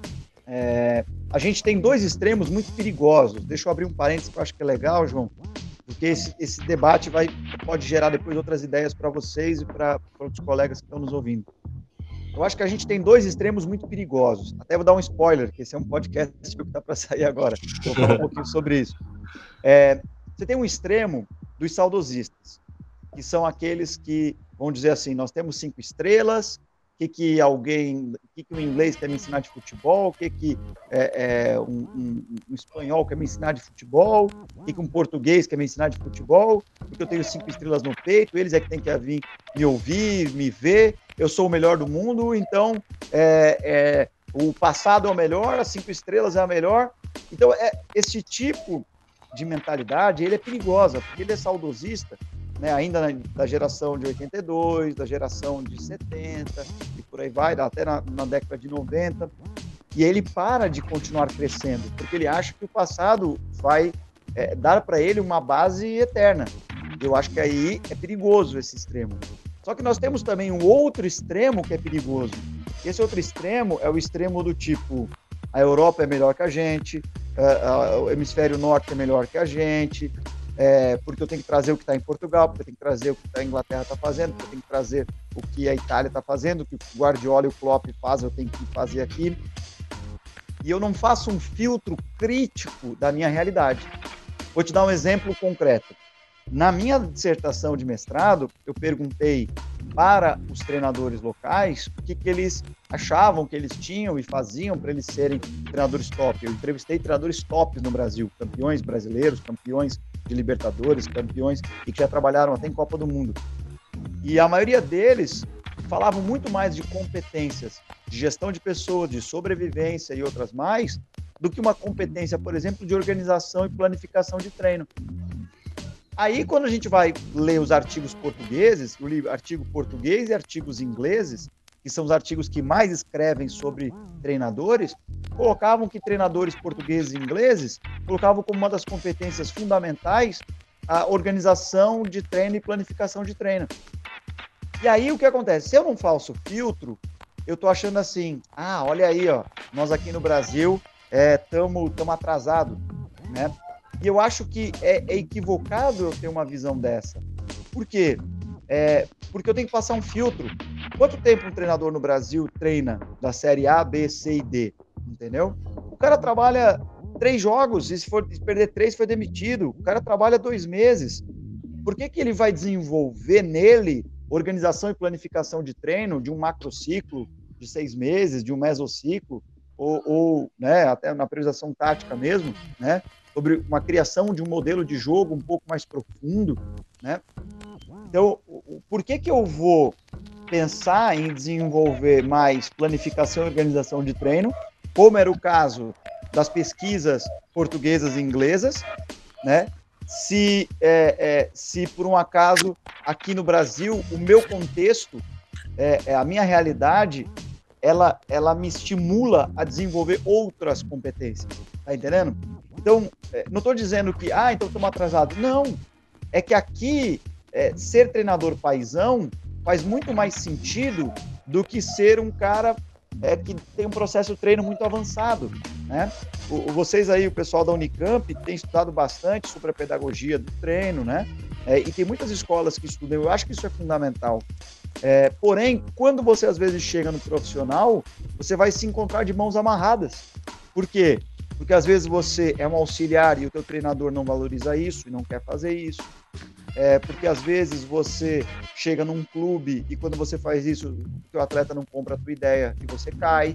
a gente tem dois extremos muito perigosos. Deixa eu abrir um parênteses que eu acho que é legal, João, porque esse debate pode gerar depois outras ideias para vocês e para outros colegas que estão nos ouvindo. Eu acho que a gente tem dois extremos muito perigosos. Até vou dar um spoiler, que esse é um podcast que está para sair agora. Vou falar um pouquinho sobre isso. Você tem um extremo dos saudosistas, que são aqueles que vão dizer assim, nós temos 5 estrelas, o que um inglês quer me ensinar de futebol, o que um espanhol quer me ensinar de futebol, o que um português quer me ensinar de futebol, porque eu tenho 5 estrelas no peito, eles é que tem que vir me ouvir, me ver, eu sou o melhor do mundo, então o passado é o melhor, as 5 estrelas é a melhor. Então, esse tipo de mentalidade, ele é perigosa, porque ele é saudosista, né, ainda da geração de 82, da geração de 70, e por aí vai, até na década de 90, e ele para de continuar crescendo, porque ele acha que o passado vai dar para ele uma base eterna. Eu acho que aí é perigoso esse extremo. Só que nós temos também um outro extremo que é perigoso. Esse outro extremo é o extremo do tipo, a Europa é melhor que a gente, o hemisfério norte é melhor que a gente, porque eu tenho que trazer o que está em Portugal, porque eu tenho que trazer o que a Inglaterra está fazendo, porque eu tenho que trazer o que a Itália está fazendo, o que o Guardiola e o Klopp fazem, eu tenho que fazer aqui. E eu não faço um filtro crítico da minha realidade. Vou te dar um exemplo concreto. Na minha dissertação de mestrado, eu perguntei para os treinadores locais o que eles achavam que eles tinham e faziam para eles serem treinadores top. Eu entrevistei treinadores tops no Brasil, campeões brasileiros, campeões de Libertadores, campeões que já trabalharam até em Copa do Mundo. E a maioria deles falavam muito mais de competências de gestão de pessoas, de sobrevivência e outras mais, do que uma competência, por exemplo, de organização e planificação de treino. Aí, quando a gente vai ler os artigos portugueses, o artigo português e artigos ingleses, que são os artigos que mais escrevem sobre treinadores, colocavam que treinadores portugueses e ingleses colocavam como uma das competências fundamentais a organização de treino e planificação de treino. E aí, o que acontece? Se eu não faço filtro, eu tô achando assim, olha aí, ó, nós aqui no Brasil estamos atrasados, né? E eu acho que é equivocado eu ter uma visão dessa. Por quê? Porque eu tenho que passar um filtro. Quanto tempo um treinador no Brasil treina da série A, B, C e D? Entendeu? O cara trabalha 3 jogos e se for perder 3 foi demitido. O cara trabalha 2 meses. Por que ele vai desenvolver nele organização e planificação de treino de um macrociclo de 6 meses, de um mesociclo, ou né, até na priorização tática mesmo, né? Sobre uma criação de um modelo de jogo um pouco mais profundo, né? Então, por que eu vou pensar em desenvolver mais planificação e organização de treino, como era o caso das pesquisas portuguesas e inglesas, né? Se por um acaso aqui no Brasil o meu contexto, a minha realidade, ela me estimula a desenvolver outras competências, tá entendendo? Então, não estou dizendo que, então estamos atrasados. Não, é que aqui, ser treinador paizão faz muito mais sentido do que ser um cara que tem um processo de treino muito avançado, né? Vocês aí, o pessoal da Unicamp, tem estudado bastante sobre a pedagogia do treino, né? E tem muitas escolas que estudam, eu acho que isso é fundamental. Porém, quando você às vezes chega no profissional, você vai se encontrar de mãos amarradas. Por quê? Porque às vezes você é um auxiliar e o teu treinador não valoriza isso e não quer fazer isso. Porque às vezes você chega num clube e quando você faz isso, o teu atleta não compra a tua ideia e você cai.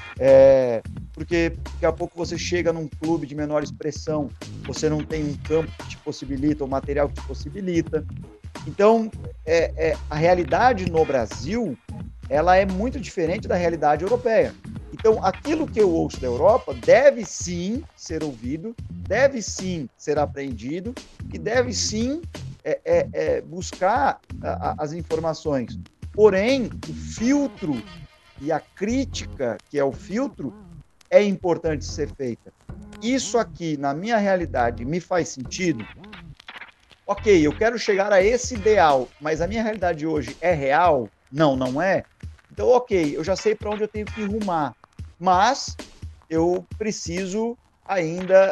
Porque daqui a pouco você chega num clube de menor expressão, você não tem um campo que te possibilita, um material que te possibilita. Então, a realidade no Brasil, ela é muito diferente da realidade europeia. Então, aquilo que eu ouço da Europa deve sim ser ouvido, deve sim ser aprendido e deve sim buscar as informações. Porém, o filtro e a crítica, que é o filtro, é importante ser feita. Isso aqui, na minha realidade, me faz sentido? Ok, eu quero chegar a esse ideal, mas a minha realidade hoje é real? Não, não é? Então, ok, eu já sei para onde eu tenho que rumar, mas eu preciso ainda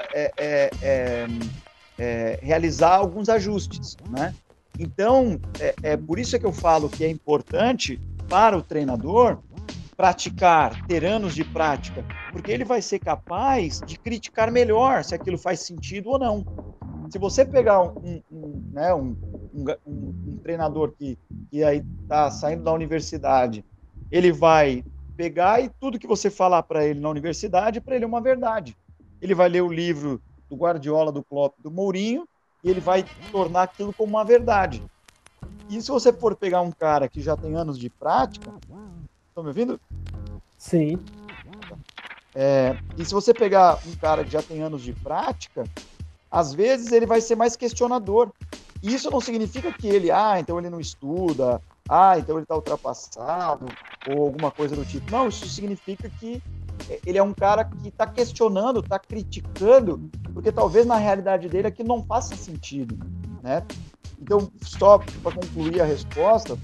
realizar alguns ajustes, né? Então, por isso que eu falo que é importante para o treinador praticar, ter anos de prática, porque ele vai ser capaz de criticar melhor se aquilo faz sentido ou não. Se você pegar um treinador que aí está saindo da universidade, ele vai pegar e tudo que você falar para ele na universidade, para ele é uma verdade. Ele vai ler o livro do Guardiola, do Klopp, do Mourinho, e ele vai tornar aquilo como uma verdade. E se você for pegar um cara que já tem anos de prática, estão me ouvindo? Sim. E se você pegar um cara que já tem anos de prática, às vezes ele vai ser mais questionador. E isso não significa que ele, então ele não estuda, então ele está ultrapassado, ou alguma coisa do tipo. Não, isso significa que ele é um cara que está questionando, está criticando, porque talvez na realidade dele aquilo não faça sentido, né? Então, só para concluir a resposta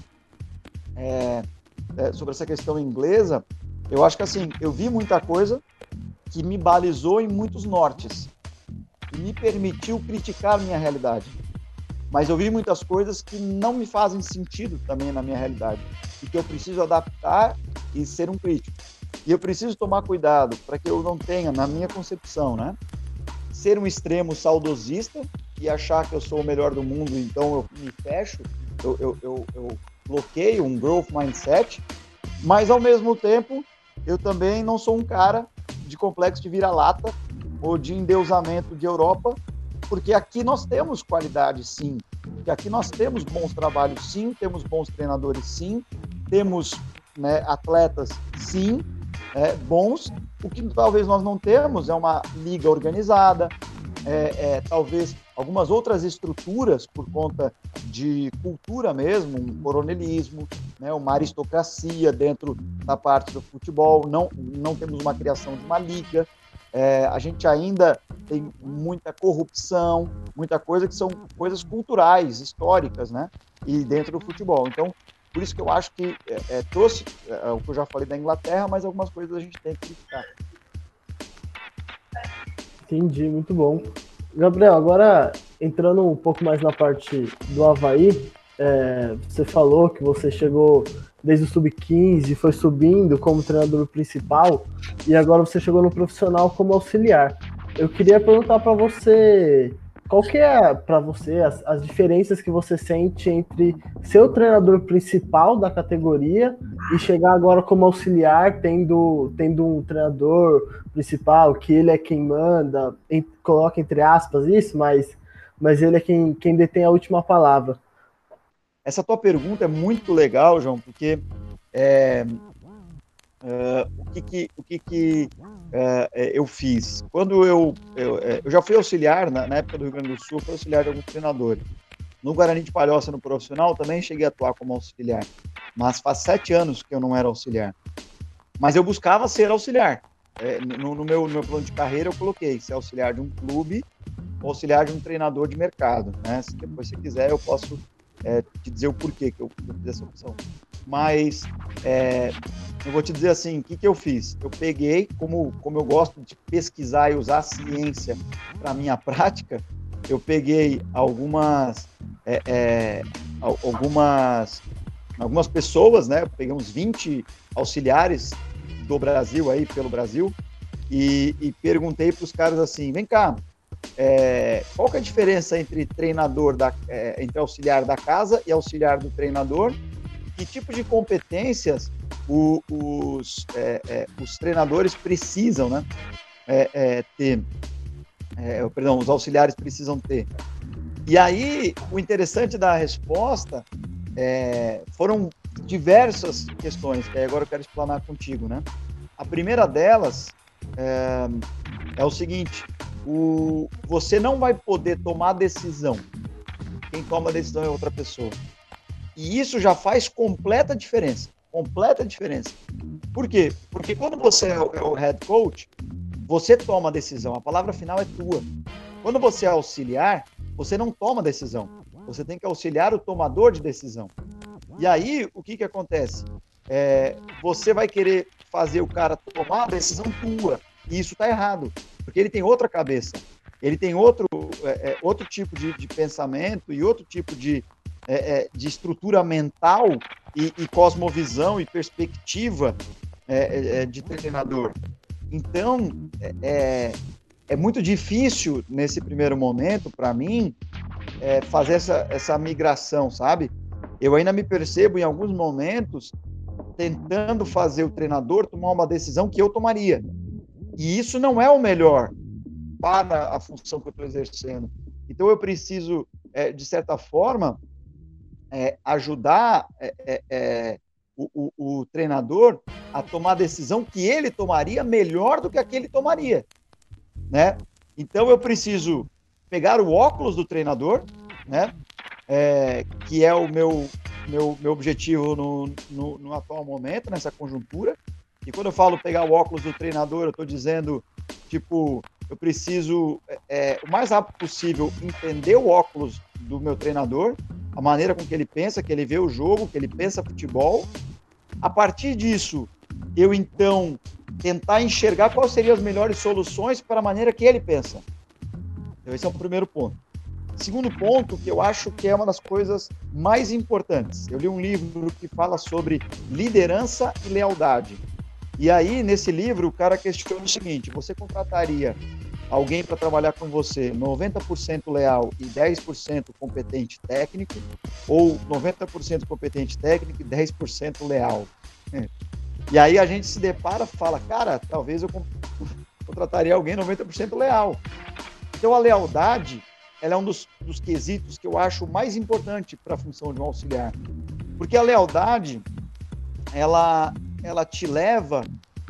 sobre essa questão inglesa, eu acho que assim, eu vi muita coisa que me balizou em muitos nortes e me permitiu criticar minha realidade. Mas eu vi muitas coisas que não me fazem sentido também na minha realidade e que eu preciso adaptar e ser um crítico. E eu preciso tomar cuidado para que eu não tenha, na minha concepção, né, ser um extremo saudosista e achar que eu sou o melhor do mundo, então eu me fecho, eu bloqueio um growth mindset, mas ao mesmo tempo eu também não sou um cara de complexo de vira-lata ou de endeusamento de Europa, porque aqui nós temos qualidade, sim. Porque aqui nós temos bons trabalhos, sim. Temos bons treinadores, sim. Temos, né, atletas, sim, bons. O que talvez nós não temos é uma liga organizada, talvez algumas outras estruturas por conta de cultura mesmo, um coronelismo, né, uma aristocracia dentro da parte do futebol. Não temos uma criação de uma liga. A gente ainda tem muita corrupção, muita coisa que são coisas culturais, históricas, né? E dentro do futebol. Então, por isso que eu acho que trouxe o que eu já falei da Inglaterra, mas algumas coisas a gente tem que criticar. Entendi, muito bom. Gabriel, agora entrando um pouco mais na parte do Avaí, você falou que você chegou desde o sub-15, foi subindo como treinador principal e agora você chegou no profissional como auxiliar. Eu queria perguntar para você, qual que é para você as diferenças que você sente entre ser o treinador principal da categoria e chegar agora como auxiliar, tendo um treinador principal, que ele é quem manda, coloca entre aspas isso, mas ele é quem detém a última palavra. Essa tua pergunta é muito legal, João, porque o que eu fiz? Quando eu já fui auxiliar, na época do Rio Grande do Sul, fui auxiliar de alguns treinadores. No Guarani de Palhoça, no profissional, também cheguei a atuar como auxiliar. Mas faz 7 anos que eu não era auxiliar. Mas eu buscava ser auxiliar. No meu plano de carreira, eu coloquei ser auxiliar de um clube ou auxiliar de um treinador de mercado, né? Se depois você quiser, eu posso te dizer o porquê que eu fiz essa opção. Mas eu vou te dizer assim, o que eu fiz? Eu peguei, como eu gosto de pesquisar e usar a ciência para a minha prática, eu peguei algumas pessoas, né? Eu peguei uns 20 auxiliares do Brasil, aí pelo Brasil, e perguntei para os caras assim, vem cá, qual que é a diferença entre entre auxiliar da casa e auxiliar do treinador? Que tipo de competências os treinadores precisam, né, ter? Os auxiliares precisam ter. E aí, o interessante da resposta foram diversas questões, que agora eu quero explanar contigo, né? A primeira delas é o seguinte, você não vai poder tomar decisão. Quem toma a decisão é outra pessoa. E isso já faz completa diferença. Completa diferença. Por quê? Porque quando você é o head coach, você toma a decisão. A palavra final é tua. Quando você é auxiliar, você não toma decisão. Você tem que auxiliar o tomador de decisão. E aí, o que acontece? Você vai querer fazer o cara tomar a decisão tua. E isso está errado. Porque ele tem outra cabeça. Ele tem outro tipo de pensamento e outro tipo de estrutura mental e cosmovisão e perspectiva de treinador. Então, é muito difícil, nesse primeiro momento, para mim, fazer essa migração, sabe? Eu ainda me percebo, em alguns momentos, tentando fazer o treinador tomar uma decisão que eu tomaria. E isso não é o melhor para a função que eu estou exercendo. Então, eu preciso, de certa forma, ajudar o treinador a tomar a decisão que ele tomaria melhor do que a que ele tomaria, né? Então, eu preciso pegar o óculos do treinador, né? Que é o meu objetivo no atual momento, nessa conjuntura. E quando eu falo pegar o óculos do treinador, eu estou dizendo, tipo, eu preciso, o mais rápido possível, entender o óculos do meu treinador, a maneira com que ele pensa, que ele vê o jogo, que ele pensa futebol. A partir disso, eu, então, tentar enxergar quais seriam as melhores soluções para a maneira que ele pensa. Então, esse é o primeiro ponto. Segundo ponto, que eu acho que é uma das coisas mais importantes. Eu li um livro que fala sobre liderança e lealdade. E aí, nesse livro, o cara questiona o seguinte: você contrataria alguém para trabalhar com você 90% leal e 10% competente técnico, ou 90% competente técnico e 10% leal? E aí a gente se depara e fala, cara, talvez eu contrataria alguém 90% leal. Então a lealdade, ela é um dos quesitos que eu acho mais importante para a função de um auxiliar. Porque a lealdade, ela te leva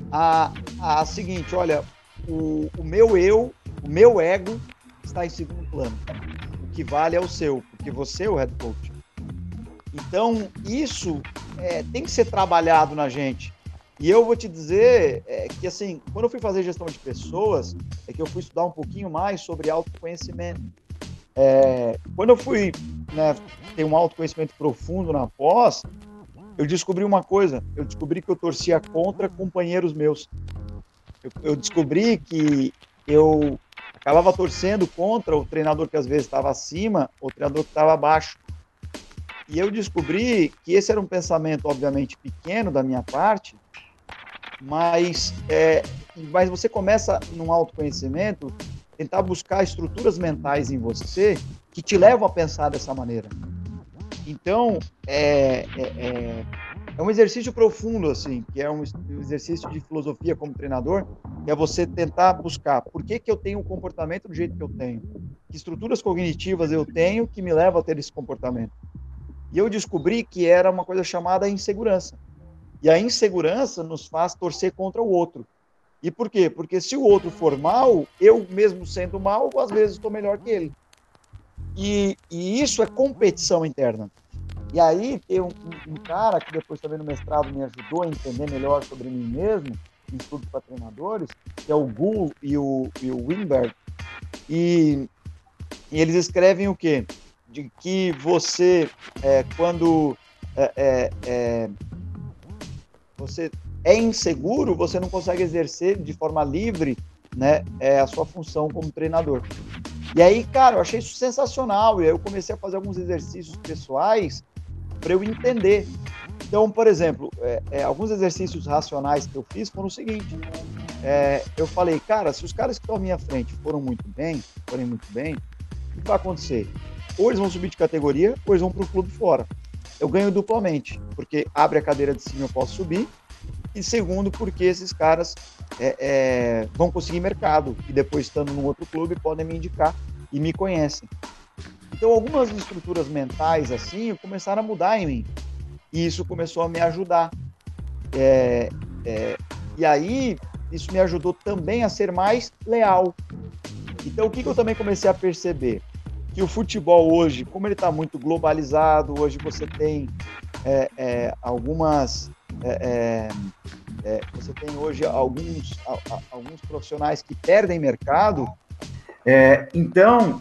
a seguinte, olha, o meu ego está em segundo plano. O que vale é o seu, porque você é o head coach. Então, isso tem que ser trabalhado na gente. E eu vou te dizer que, assim, quando eu fui fazer gestão de pessoas, que eu fui estudar um pouquinho mais sobre autoconhecimento. Quando eu fui ter um autoconhecimento profundo na pós, eu descobri uma coisa. Eu descobri que eu torcia contra companheiros meus. Eu descobri que eu acabava torcendo contra o treinador que às vezes estava acima, ou o treinador que estava abaixo. E eu descobri que esse era um pensamento, obviamente, pequeno da minha parte, mas você começa, num autoconhecimento, tentar buscar estruturas mentais em você que te levam a pensar dessa maneira. Então, é um exercício profundo, assim, que é um exercício de filosofia como treinador, que é você tentar buscar por que eu tenho o comportamento do jeito que eu tenho, que estruturas cognitivas eu tenho que me levam a ter esse comportamento. E eu descobri que era uma coisa chamada insegurança. E a insegurança nos faz torcer contra o outro. E por quê? Porque se o outro for mal, eu mesmo sendo mal, às vezes estou melhor que ele. E isso é competição interna. E aí tem um cara que depois também no mestrado me ajudou a entender melhor sobre mim mesmo, em estudos para treinadores, que é o Gould e o Wimberg. E eles escrevem o quê? De que você, quando você é inseguro, você não consegue exercer de forma livre, né, a sua função como treinador. E aí, cara, eu achei isso sensacional. E aí eu comecei a fazer alguns exercícios pessoais para eu entender. Então, por exemplo, alguns exercícios racionais que eu fiz foram o seguinte. Eu falei, cara, se os caras que estão à minha frente forem muito bem, o que vai acontecer? Ou eles vão subir de categoria, ou eles vão para o clube fora. Eu ganho duplamente, porque abre a cadeira de cima, eu posso subir, e segundo, porque esses caras vão conseguir mercado, e depois, estando num outro clube, podem me indicar e me conhecem. Então, algumas estruturas mentais, assim, começaram a mudar em mim, e isso começou a me ajudar. E aí, isso me ajudou também a ser mais leal. Então, o que eu também comecei a perceber? Que o futebol hoje, como ele está muito globalizado, hoje você tem você tem hoje alguns profissionais que perdem mercado. Então,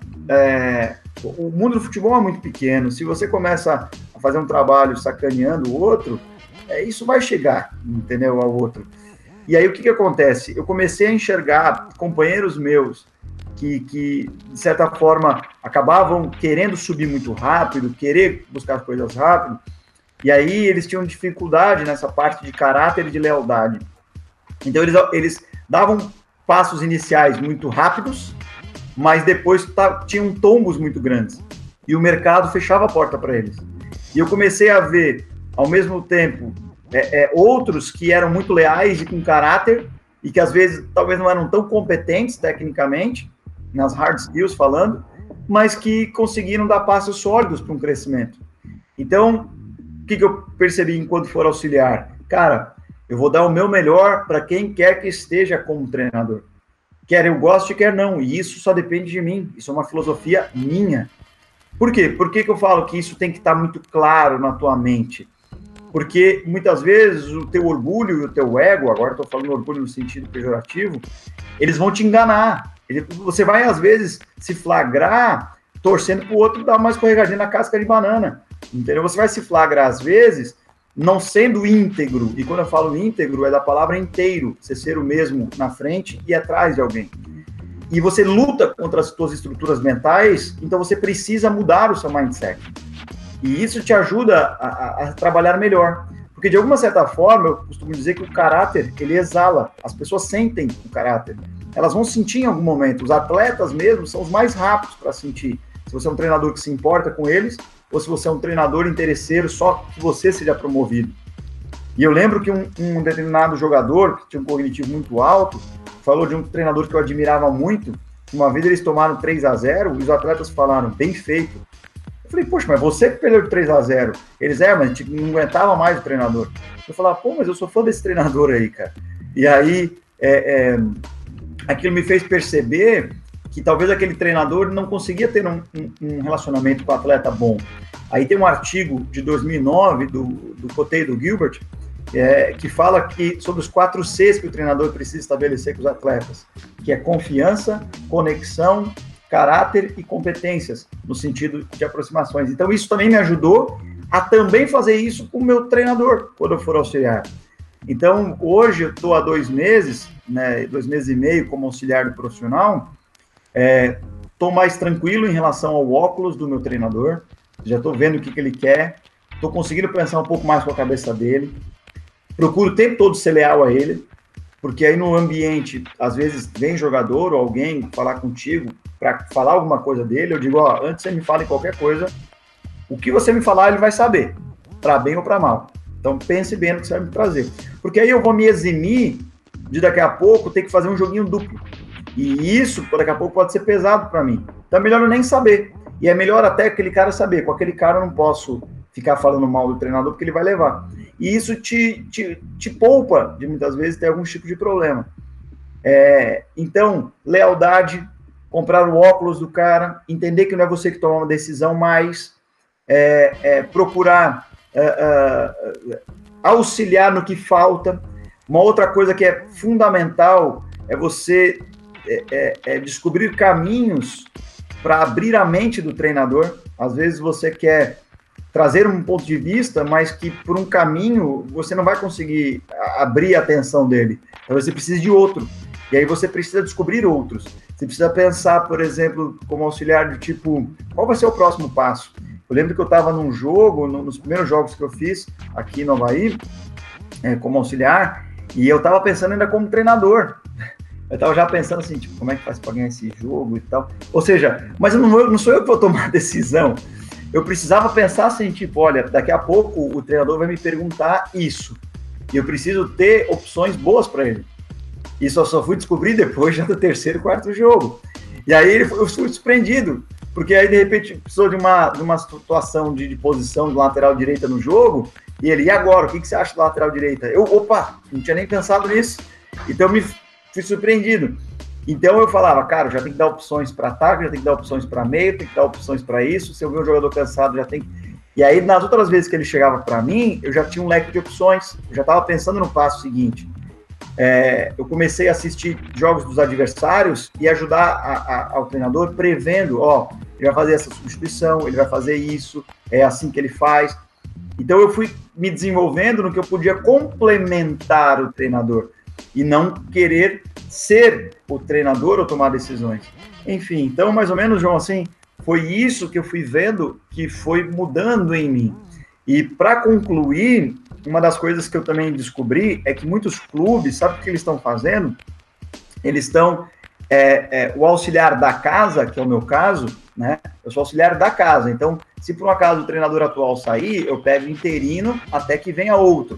o mundo do futebol é muito pequeno. Se você começa a fazer um trabalho sacaneando o outro, isso vai chegar, entendeu, ao outro. E aí, o que acontece? Eu comecei a enxergar companheiros meus que, de certa forma, acabavam querendo subir muito rápido, querer buscar coisas rápido, e aí eles tinham dificuldade nessa parte de caráter e de lealdade. Então, eles davam passos iniciais muito rápidos, mas depois tinham tombos muito grandes. E o mercado fechava a porta para eles. E eu comecei a ver, ao mesmo tempo, outros que eram muito leais e com caráter, e que às vezes talvez não eram tão competentes tecnicamente, nas hard skills falando, mas que conseguiram dar passos sólidos para um crescimento. Então, o que eu percebi enquanto for auxiliar? Cara, eu vou dar o meu melhor para quem quer que esteja como treinador. Quer eu goste, quer não. E isso só depende de mim. Isso é uma filosofia minha. Por quê? Por que eu falo que isso tem que estar muito claro na tua mente? Porque muitas vezes o teu orgulho e o teu ego, agora estou falando orgulho no sentido pejorativo, eles vão te enganar. Você vai, às vezes, se flagrar torcendo para o outro dar uma escorregadinha na casca de banana. Entendeu? Você vai se flagrar, às vezes, não sendo íntegro. E quando eu falo íntegro, é da palavra inteiro. Você ser o mesmo na frente e atrás de alguém. E você luta contra as suas estruturas mentais, então você precisa mudar o seu mindset. E isso te ajuda a trabalhar melhor. Porque, de alguma certa forma, eu costumo dizer que o caráter, ele exala. As pessoas sentem o caráter. Elas vão sentir em algum momento. Os atletas mesmo são os mais rápidos para sentir. Se você é um treinador que se importa com eles, ou se você é um treinador interesseiro, só que você seja promovido. E eu lembro que um determinado jogador, que tinha um cognitivo muito alto, falou de um treinador que eu admirava muito. Uma vez eles tomaram 3-0 e os atletas falaram, bem feito. Eu falei, poxa, mas você que perdeu de 3-0. Eles, mas não aguentava mais o treinador. Eu falava, pô, mas eu sou fã desse treinador aí, cara. E aí, aquilo me fez perceber que talvez aquele treinador não conseguia ter um relacionamento com o atleta bom. Aí tem um artigo de 2009 do Cote e do Gilbert, que fala sobre os 4 Cs que o treinador precisa estabelecer com os atletas, que é confiança, conexão, caráter e competências, no sentido de aproximações. Então, isso também me ajudou a também fazer isso com o meu treinador, quando eu for auxiliar. Então, hoje eu estou há 2 meses, 2 meses e meio como auxiliar do profissional, estou mais tranquilo em relação ao óculos do meu treinador, já estou vendo o que ele quer, estou conseguindo pensar um pouco mais com a cabeça dele, procuro o tempo todo ser leal a ele, porque aí no ambiente, às vezes vem jogador ou alguém falar contigo para falar alguma coisa dele, eu digo, antes você me fala em qualquer coisa, o que você me falar ele vai saber, para bem ou para mal. Então pense bem no que você vai me trazer. Porque aí eu vou me eximir de daqui a pouco ter que fazer um joguinho duplo. E isso, daqui a pouco, pode ser pesado para mim. Então é melhor eu nem saber. E é melhor até aquele cara saber. Com aquele cara eu não posso ficar falando mal do treinador, porque ele vai levar. E isso te poupa de, muitas vezes, ter algum tipo de problema. Então, lealdade, comprar o óculos do cara, entender que não é você que toma uma decisão, mas procurar auxiliar no que falta. Uma outra coisa que é fundamental é você descobrir caminhos para abrir a mente do treinador. Às vezes você quer trazer um ponto de vista, mas que por um caminho você não vai conseguir abrir a atenção dele. Então você precisa de outro. E aí você precisa descobrir outros. Você precisa pensar, por exemplo, como auxiliar de tipo, qual vai ser o próximo passo? Eu lembro que eu estava num jogo, nos primeiros jogos que eu fiz aqui no Avaí, como auxiliar, e eu estava pensando ainda como treinador. Eu estava já pensando assim, tipo, como é que faz para ganhar esse jogo e tal. Ou seja, mas não sou eu que vou tomar a decisão. Eu precisava pensar assim, tipo, olha, daqui a pouco o treinador vai me perguntar isso. E eu preciso ter opções boas para ele. Isso eu só fui descobrir depois já do 3º, 4º jogo. E aí eu fui surpreendido, porque aí de repente precisou de uma situação de posição de lateral direita no jogo, E ele, e agora? O que você acha da lateral direita? Eu, opa, não tinha nem pensado nisso. Então, me fui surpreendido. Então, eu falava, cara, já tem que dar opções para ataque, já tem que dar opções para meio, tem que dar opções para isso. Se eu ver um jogador cansado, já tem que... E aí, nas outras vezes que ele chegava para mim, eu já tinha um leque de opções. Eu já estava pensando no passo seguinte. Eu comecei a assistir jogos dos adversários e ajudar ao treinador prevendo, ele vai fazer essa substituição, ele vai fazer isso, é assim que ele faz. Então eu fui me desenvolvendo no que eu podia complementar o treinador e não querer ser o treinador ou tomar decisões. Enfim, então mais ou menos, João, assim, foi isso que eu fui vendo que foi mudando em mim. E para concluir, uma das coisas que eu também descobri é que muitos clubes, sabe o que eles estão fazendo? Eles estão, o auxiliar da casa, que é o meu caso, né? Eu sou auxiliar da casa, então, se por um acaso o treinador atual sair, eu pego interino até que venha outro.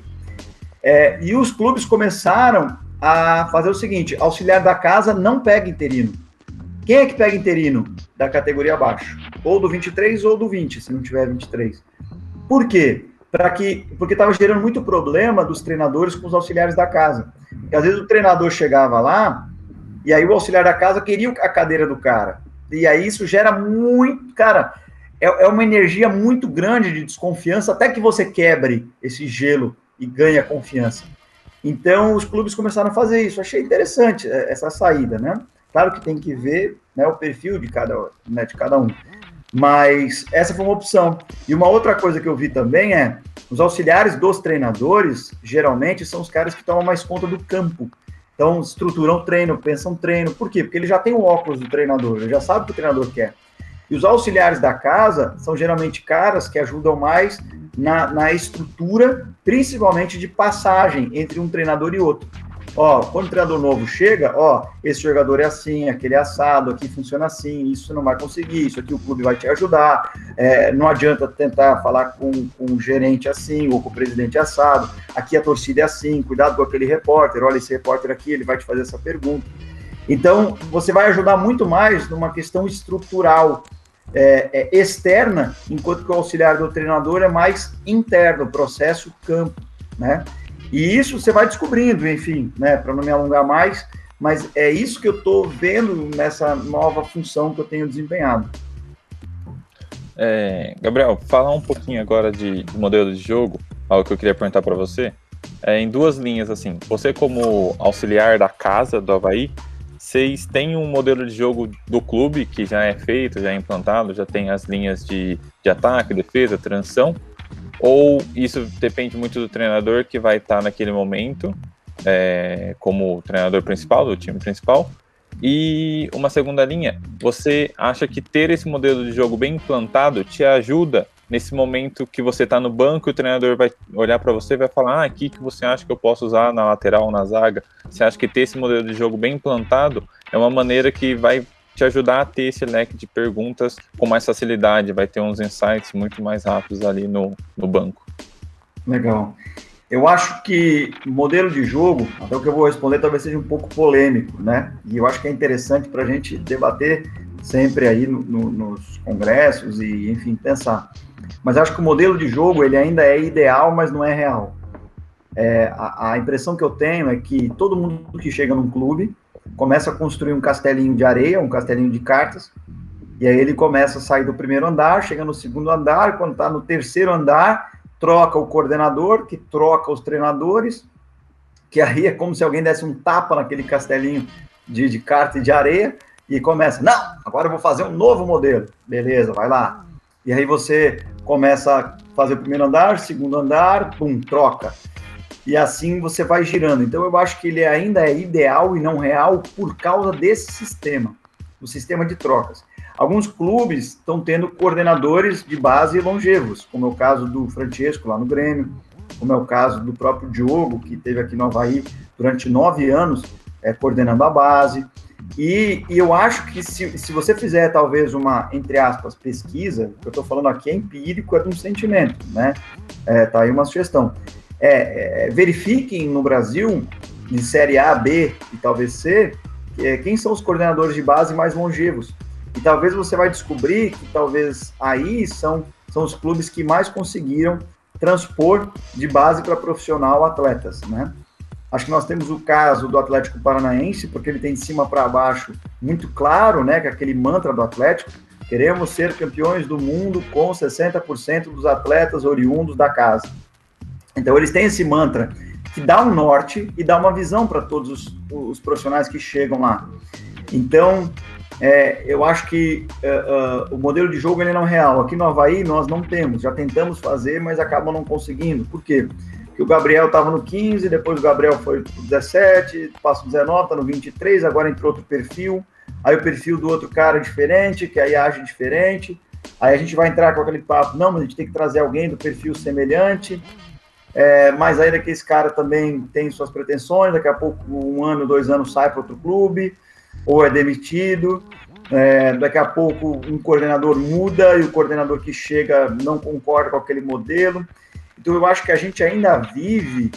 E os clubes começaram a fazer o seguinte, auxiliar da casa não pega interino. Quem é que pega interino? Da categoria abaixo. Ou do 23 ou do 20, se não tiver 23. Por quê? Porque estava gerando muito problema dos treinadores com os auxiliares da casa. Porque às vezes o treinador chegava lá, e aí o auxiliar da casa queria a cadeira do cara. E aí isso gera muito... Cara, é uma energia muito grande de desconfiança, até que você quebre esse gelo e ganhe a confiança. Então, os clubes começaram a fazer isso. Achei interessante essa saída, né? Claro que tem que ver, né, o perfil de cada um. Mas essa foi uma opção. E uma outra coisa que eu vi também os auxiliares dos treinadores, geralmente, são os caras que tomam mais conta do campo. Então, estruturam treino, pensam treino. Por quê? Porque ele já tem o óculos do treinador, ele já sabe o que o treinador quer. E os auxiliares da casa são geralmente caras que ajudam mais na estrutura, principalmente de passagem entre um treinador e outro. Quando o treinador novo chega, esse jogador é assim, aquele é assado, aqui funciona assim, isso você não vai conseguir, isso aqui o clube vai te ajudar, não adianta tentar falar com o gerente assim, ou com o presidente assado, aqui a torcida é assim, cuidado com aquele repórter, olha esse repórter aqui, ele vai te fazer essa pergunta. Então, você vai ajudar muito mais numa questão estrutural, externa, enquanto que o auxiliar do treinador é mais interno, processo campo, né? E isso você vai descobrindo, enfim, né, para não me alongar mais, mas é isso que eu estou vendo nessa nova função que eu tenho desempenhado. Gabriel, falar um pouquinho agora de modelo de jogo, algo que eu queria perguntar para você, em duas linhas, assim, você como auxiliar da casa do Avaí, vocês têm um modelo de jogo do clube que já é feito, já é implantado, já tem as linhas de ataque, defesa, transição, ou isso depende muito do treinador que vai estar naquele momento como treinador principal, do time principal? E uma segunda linha, você acha que ter esse modelo de jogo bem implantado te ajuda nesse momento que você está no banco e o treinador vai olhar para você e vai falar, aqui que você acha que eu posso usar na lateral ou na zaga? Você acha que ter esse modelo de jogo bem implantado é uma maneira que vai te ajudar a ter esse leque de perguntas com mais facilidade, vai ter uns insights muito mais rápidos ali no banco? Legal. Eu acho que modelo de jogo, até o que eu vou responder talvez seja um pouco polêmico, né? E eu acho que é interessante para a gente debater sempre aí nos congressos e, enfim, pensar. Mas acho que o modelo de jogo, ele ainda é ideal, mas não é real. A impressão que eu tenho é que todo mundo que chega num clube começa a construir um castelinho de areia, um castelinho de cartas, e aí ele começa a sair do primeiro andar, chega no segundo andar, quando está no terceiro andar, troca o coordenador, que troca os treinadores, que aí é como se alguém desse um tapa naquele castelinho de carta e de areia, e começa, não, agora eu vou fazer um novo modelo. Beleza, vai lá. E aí você começa a fazer o primeiro andar, segundo andar, pum, troca. E assim você vai girando. Então eu acho que ele ainda é ideal e não real por causa desse sistema, o sistema de trocas. Alguns clubes estão tendo coordenadores de base longevos, como é o caso do Francesco lá no Grêmio, como é o caso do próprio Diogo, que esteve aqui no Avaí durante 9 anos, coordenando a base. E eu acho que se você fizer talvez uma, entre aspas, pesquisa, o que eu estou falando aqui é empírico, é de um sentimento, né? Tá aí uma sugestão. Verifiquem no Brasil, de Série A, B e talvez C, quem são os coordenadores de base mais longevos. E talvez você vai descobrir que talvez aí são os clubes que mais conseguiram transpor de base para profissional atletas, né? Acho que nós temos o caso do Atlético Paranaense, porque ele tem de cima para baixo muito claro, né, que é aquele mantra do Atlético, queremos ser campeões do mundo com 60% dos atletas oriundos da casa. Então eles têm esse mantra que dá um norte e dá uma visão para todos os profissionais que chegam lá. Então, eu acho que o modelo de jogo ele não é real. Aqui no Avaí nós não temos, já tentamos fazer, mas acabam não conseguindo. Por quê? Porque o Gabriel estava no 15, depois o Gabriel foi para o 17, passa o 19, está no 23, agora entrou outro perfil, aí o perfil do outro cara é diferente, que aí age diferente, aí a gente vai entrar com aquele papo, não, mas a gente tem que trazer alguém do perfil semelhante, mas aí daqui esse cara também tem suas pretensões, daqui a pouco, 1 ano, 2 anos, sai para outro clube, ou é demitido, daqui a pouco um coordenador muda e o coordenador que chega não concorda com aquele modelo. Então eu acho que a gente ainda vive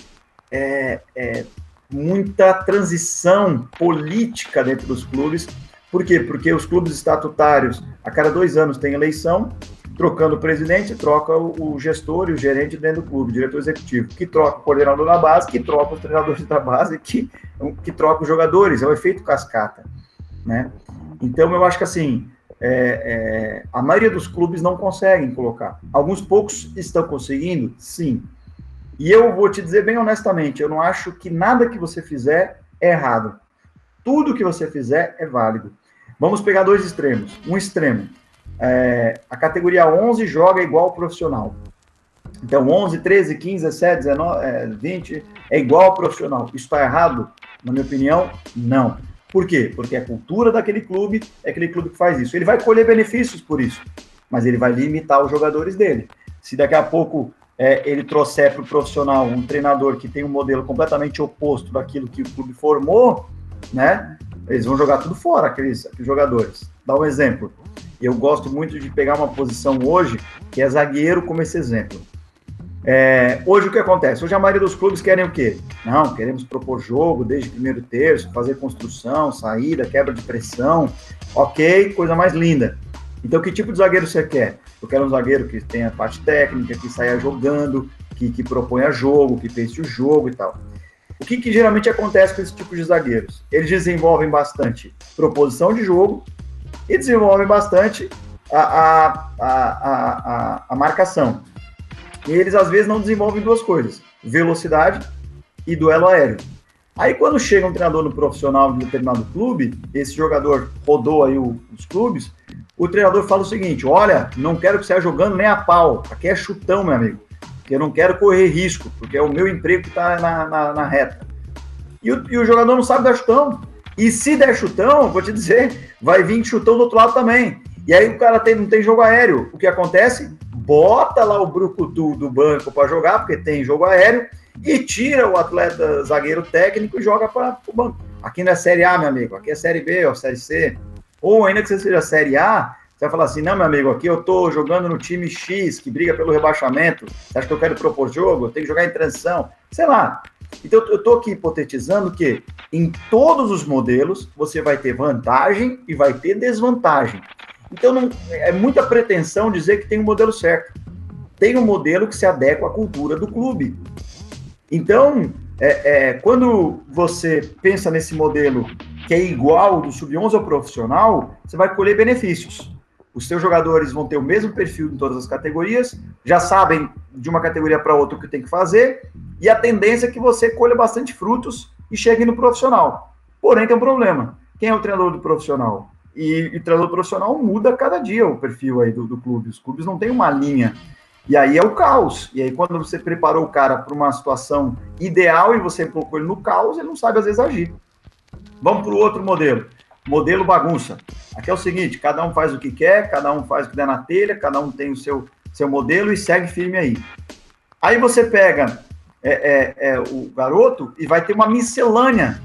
muita transição política dentro dos clubes. Por quê? Porque os clubes estatutários, a cada 2 anos tem eleição, trocando o presidente, troca o gestor e o gerente dentro do clube, o diretor executivo, que troca o coordenador da base, que troca os treinadores da base, que troca os jogadores, é o efeito cascata, né? Então eu acho que assim, a maioria dos clubes não conseguem colocar. Alguns poucos estão conseguindo, sim. E eu vou te dizer bem honestamente, eu não acho que nada que você fizer é errado. Tudo que você fizer é válido. Vamos pegar 2 extremos. Um extremo, a categoria 11 joga igual ao profissional. Então 11, 13, 15, 17, 19, 20 é igual ao profissional. Isso está errado? Na minha opinião, não. Por quê? Porque a cultura daquele clube é aquele clube que faz isso. Ele vai colher benefícios por isso, mas ele vai limitar os jogadores dele. Se daqui a pouco ele trouxer para o profissional um treinador que tem um modelo completamente oposto daquilo que o clube formou, né, eles vão jogar tudo fora, aqueles jogadores. Dá um exemplo. Eu gosto muito de pegar uma posição hoje, que é zagueiro como esse exemplo. Hoje o que acontece? Hoje a maioria dos clubes querem o quê? Não, queremos propor jogo desde o primeiro terço, fazer construção, saída, quebra de pressão, ok, coisa mais linda. Então que tipo de zagueiro você quer? Eu quero um zagueiro que tenha parte técnica, que saia jogando, que proponha jogo, que pense o jogo e tal. O que geralmente acontece com esse tipo de zagueiros? Eles desenvolvem bastante proposição de jogo e desenvolvem bastante a marcação. E eles, às vezes, não desenvolvem 2 coisas, velocidade e duelo aéreo. Aí, quando chega um treinador no profissional de determinado clube, esse jogador rodou aí os clubes, o treinador fala o seguinte, olha, não quero que você saia jogando nem a pau, aqui é chutão, meu amigo, porque eu não quero correr risco, porque é o meu emprego que está na reta. E o jogador não sabe dar chutão. E se der chutão, vou te dizer, vai vir chutão do outro lado também. E aí o cara não tem jogo aéreo. O que acontece? Bota lá o brucutu do banco para jogar, porque tem jogo aéreo, e tira o atleta zagueiro técnico e joga para o banco. Aqui não é Série A, meu amigo, aqui é Série B ou Série C. Ou ainda que você seja Série A, você vai falar assim, não, meu amigo, aqui eu tô jogando no time X, que briga pelo rebaixamento, você acha que eu quero propor jogo? Eu tenho que jogar em transição, sei lá. Então eu tô aqui hipotetizando que em todos os modelos você vai ter vantagem e vai ter desvantagem. Então, não, é muita pretensão dizer que tem um modelo certo. Tem um modelo que se adequa à cultura do clube. Então, quando você pensa nesse modelo que é igual do sub-11 ao profissional, você vai colher benefícios. Os seus jogadores vão ter o mesmo perfil em todas as categorias, já sabem de uma categoria para outra o que tem que fazer, e a tendência é que você colha bastante frutos e chegue no profissional. Porém, tem um problema. Quem é o treinador do profissional? E o treinador profissional muda cada dia o perfil aí do clube. Os clubes não têm uma linha. E aí é o caos. E aí quando você preparou o cara para uma situação ideal e você colocou ele no caos, ele não sabe às vezes agir. Vamos para o outro modelo. Modelo bagunça. Aqui é o seguinte, cada um faz o que quer, cada um faz o que der na telha, cada um tem o seu modelo e segue firme aí. Aí você pega o garoto e vai ter uma miscelânea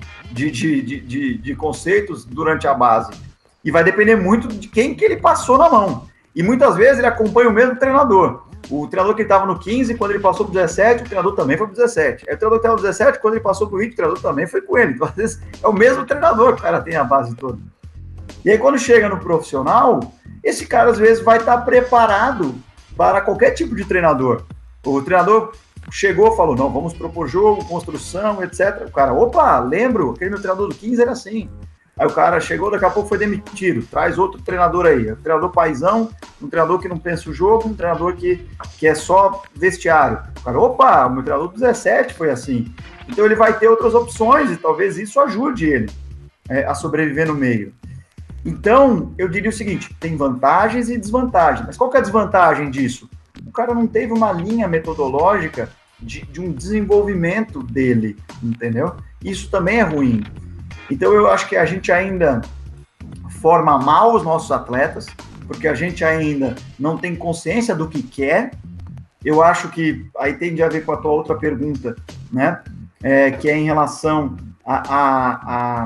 de conceitos durante a base. E vai depender muito de quem que ele passou na mão. E muitas vezes ele acompanha o mesmo treinador. O treinador que estava no 15, quando ele passou para o 17, o treinador também foi para o 17. Aí o treinador que estava no 17, quando ele passou para o 20, o treinador também foi com ele. Então, às vezes, é o mesmo treinador que o cara tem a base toda. E aí, quando chega no profissional, esse cara, às vezes, vai estar preparado para qualquer tipo de treinador. O treinador chegou, falou, não, vamos propor jogo, construção, etc. O cara, opa, lembro, aquele meu treinador do 15 era assim. Aí o cara chegou, daqui a pouco foi demitido, traz outro treinador aí, um treinador paizão, um treinador que não pensa o jogo, um treinador que é só vestiário. O cara, opa, o meu treinador do 17 foi assim. Então ele vai ter outras opções e talvez isso ajude ele a sobreviver no meio. Então, eu diria o seguinte, tem vantagens e desvantagens, mas qual que é a desvantagem disso? O cara não teve uma linha metodológica de um desenvolvimento dele, entendeu? Isso também é ruim. Então, eu acho que a gente ainda forma mal os nossos atletas, porque a gente ainda não tem consciência do que quer. Eu acho que aí tem a ver com a tua outra pergunta, né? Que é em relação a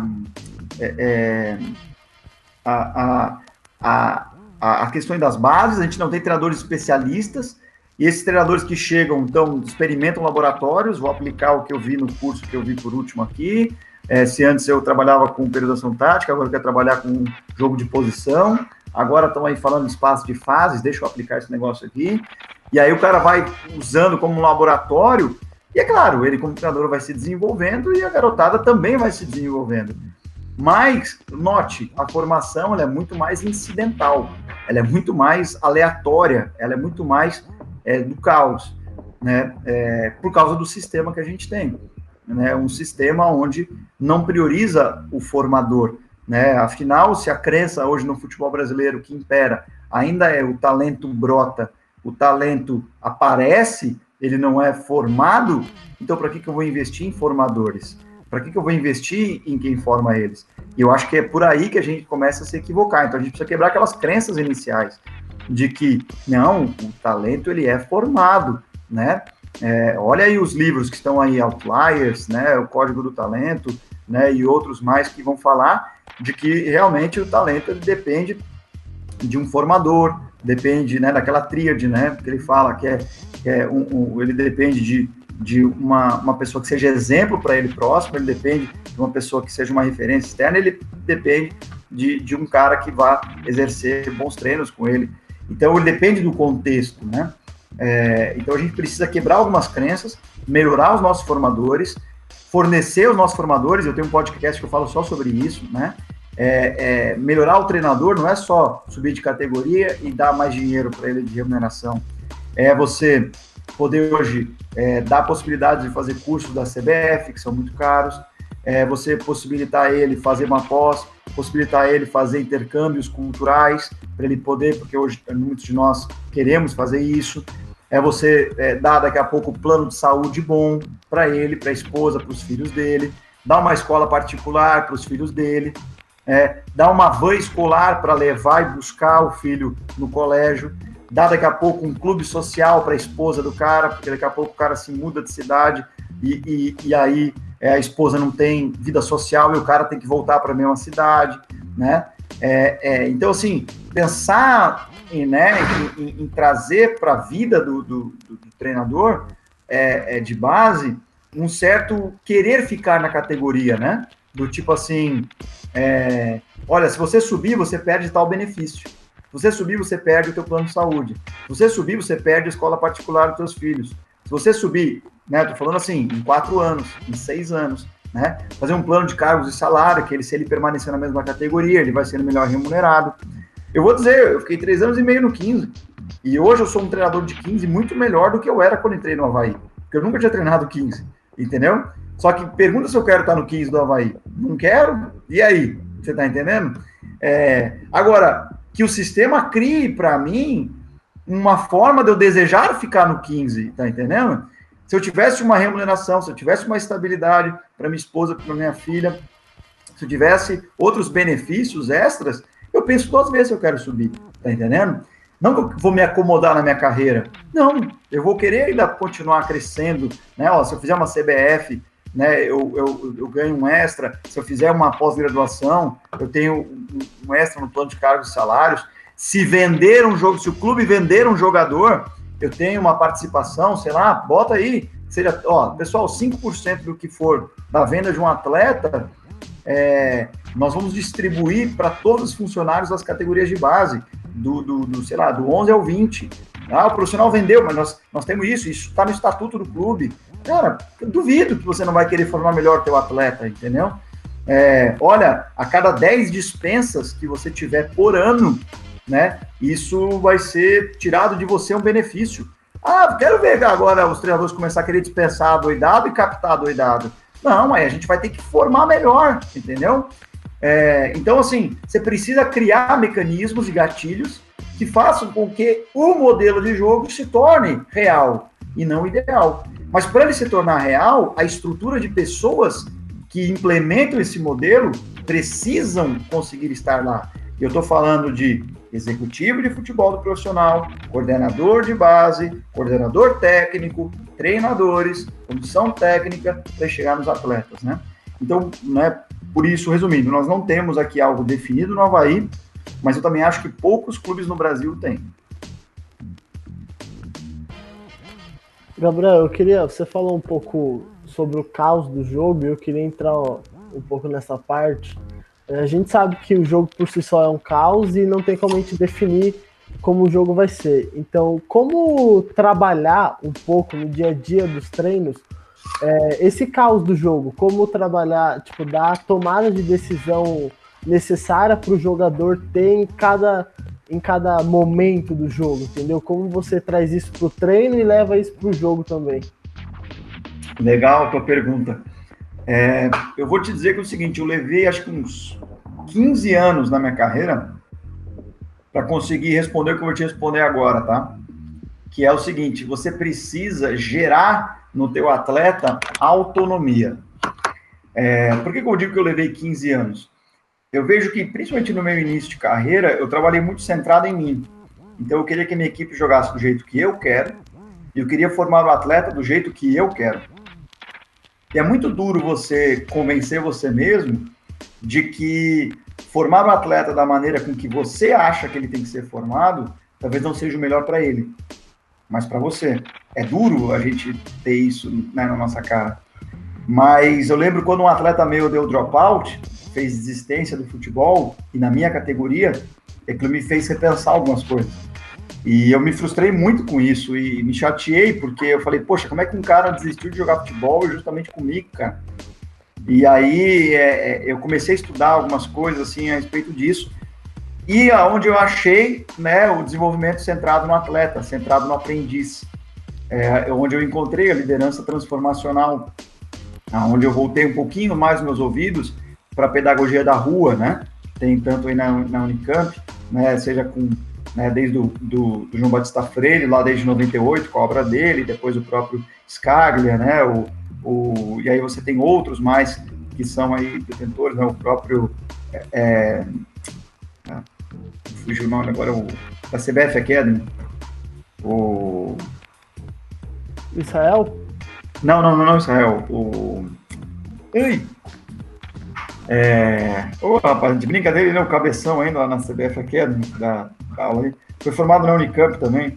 questões das bases. A gente não tem treinadores especialistas, e esses treinadores que chegam, então, experimentam laboratórios. Vou aplicar o que eu vi no curso que eu vi por último aqui. Se antes eu trabalhava com periodização tática, agora eu quero trabalhar com jogo de posição, agora estão aí falando de espaço de fases, deixa eu aplicar esse negócio aqui, e aí o cara vai usando como um laboratório, e é claro, ele como treinador vai se desenvolvendo, e a garotada também vai se desenvolvendo. Mas, note, a formação ela é muito mais incidental, ela é muito mais aleatória, ela é muito mais do caos, né? Por causa do sistema que a gente tem. Né, um sistema onde não prioriza o formador, né? Afinal, se a crença hoje no futebol brasileiro que impera ainda é o talento brota, o talento aparece, ele não é formado, então para que eu vou investir em formadores? Para que eu vou investir em quem forma eles? E eu acho que é por aí que a gente começa a se equivocar. Então a gente precisa quebrar aquelas crenças iniciais de que, não, o talento ele é formado, né? Olha aí os livros que estão aí, Outliers, né, o Código do Talento, né, e outros mais que vão falar de que realmente o talento ele depende de um formador, depende, né, daquela tríade, né, que ele fala que ele depende de uma pessoa que seja exemplo para ele próximo, ele depende de uma pessoa que seja uma referência externa, ele depende de um cara que vá exercer bons treinos com ele. Então ele depende do contexto, né? Então a gente precisa quebrar algumas crenças, melhorar os nossos formadores, fornecer os nossos formadores. Eu tenho um podcast que eu falo só sobre isso, né? Melhorar o treinador não é só subir de categoria e dar mais dinheiro para ele de remuneração. É você poder hoje dar a possibilidade de fazer cursos da CBF, que são muito caros, você possibilitar ele fazer uma pós, possibilitar ele fazer intercâmbios culturais, para ele poder, porque hoje muitos de nós queremos fazer isso, você dar daqui a pouco um plano de saúde bom para ele, para a esposa, para os filhos dele, dar uma escola particular para os filhos dele, dar uma van escolar para levar e buscar o filho no colégio, dar daqui a pouco um clube social para a esposa do cara, porque daqui a pouco o cara se muda de cidade e aí a esposa não tem vida social e o cara tem que voltar para a mesma cidade, né? Então, assim, pensar em trazer para a vida do treinador de base um certo querer ficar na categoria, né? Do tipo assim, olha, se você subir, você perde tal benefício. Se você subir, você perde o teu plano de saúde. Se você subir, você perde a escola particular dos teus filhos. Se você subir, né, tô falando assim, em 4 anos, em 6 anos, né, fazer um plano de cargos e salário, que se ele permanecer na mesma categoria, ele vai ser melhor remunerado. Eu vou dizer, eu fiquei 3 anos e meio no 15, e hoje eu sou um treinador de 15 muito melhor do que eu era quando entrei no Avaí, porque eu nunca tinha treinado 15, entendeu? Só que pergunta se eu quero estar no 15 do Avaí. Não quero? E aí? Você tá entendendo? Agora, que o sistema crie para mim uma forma de eu desejar ficar no 15, tá entendendo? Se eu tivesse uma remuneração, se eu tivesse uma estabilidade para minha esposa, para minha filha, se eu tivesse outros benefícios extras, eu penso 2 vezes se eu quero subir, tá entendendo? Não que eu vou me acomodar na minha carreira, não, eu vou querer ainda continuar crescendo, né? Se eu fizer uma CBF, né, eu ganho um extra, se eu fizer uma pós-graduação, eu tenho um extra no plano de cargos e salários. Se vender um jogo, se o clube vender um jogador, eu tenho uma participação, sei lá, bota aí, seja, pessoal, 5% do que for da venda de um atleta, nós vamos distribuir para todos os funcionários das categorias de base, sei lá, do 11 ao 20, O profissional vendeu, mas nós temos isso está no estatuto do clube. Cara, eu duvido que você não vai querer formar melhor o teu atleta, entendeu? Olha, a cada 10 dispensas que você tiver por ano, né, isso vai ser tirado de você um benefício. Quero ver agora os treinadores começar a querer dispensar doidado e captar doidado. Não, aí a gente vai ter que formar melhor, entendeu? Então, assim, você precisa criar mecanismos e gatilhos que façam com que o modelo de jogo se torne real e não ideal. Mas para ele se tornar real, a estrutura de pessoas que implementam esse modelo precisam conseguir estar lá. Eu estou falando de executivo de futebol do profissional, coordenador de base, coordenador técnico, treinadores, comissão técnica, para chegar nos atletas, né? Então, né, por isso, resumindo, nós não temos aqui algo definido no Avaí, mas eu também acho que poucos clubes no Brasil têm. Gabriel, você falou um pouco sobre o caos do jogo, e eu queria entrar um pouco nessa parte. A gente sabe que o jogo por si só é um caos e não tem como a gente definir como o jogo vai ser. Então, como trabalhar um pouco no dia a dia dos treinos esse caos do jogo? Como trabalhar, dar a tomada de decisão necessária para o jogador ter em cada momento do jogo, entendeu? Como você traz isso para o treino e leva isso para o jogo também? Legal a tua pergunta. Eu vou te dizer que é o seguinte, eu levei acho que uns 15 anos na minha carreira para conseguir responder o que eu vou te responder agora, tá? Que é o seguinte, você precisa gerar no teu atleta autonomia. Por que eu digo que eu levei 15 anos? Eu vejo que, principalmente no meu início de carreira, eu trabalhei muito centrado em mim. Então, eu queria que a minha equipe jogasse do jeito que eu quero, e eu queria formar o atleta do jeito que eu quero. E é muito duro você convencer você mesmo de que formar o atleta da maneira com que você acha que ele tem que ser formado, talvez não seja o melhor para ele, mas para você. É duro a gente ter isso, né, na nossa cara. Mas eu lembro quando um atleta meu deu dropout, fez desistência do futebol, e na minha categoria, aquilo me fez repensar algumas coisas. E eu me frustrei muito com isso, e me chateei, porque eu falei, poxa, como é que um cara desistiu de jogar futebol justamente comigo, cara? E aí eu comecei a estudar algumas coisas, assim, a respeito disso, e aonde eu achei, né, o desenvolvimento centrado no atleta, centrado no aprendiz, onde eu encontrei a liderança transformacional, onde eu voltei um pouquinho mais meus ouvidos para a pedagogia da rua, né? Tem tanto aí na Unicamp, né? Seja com, né, desde do João Batista Freire, lá desde 98, com a obra dele, depois o próprio Scaglia, né? E aí você tem outros mais que são aí detentores, né? O próprio... fugiu o nome agora, da CBF Academy. Israel? Não, Israel. Rapaz, de brincadeira, ele é o cabeção ainda lá na CBF Academy, da aula aí. Foi formado na Unicamp também.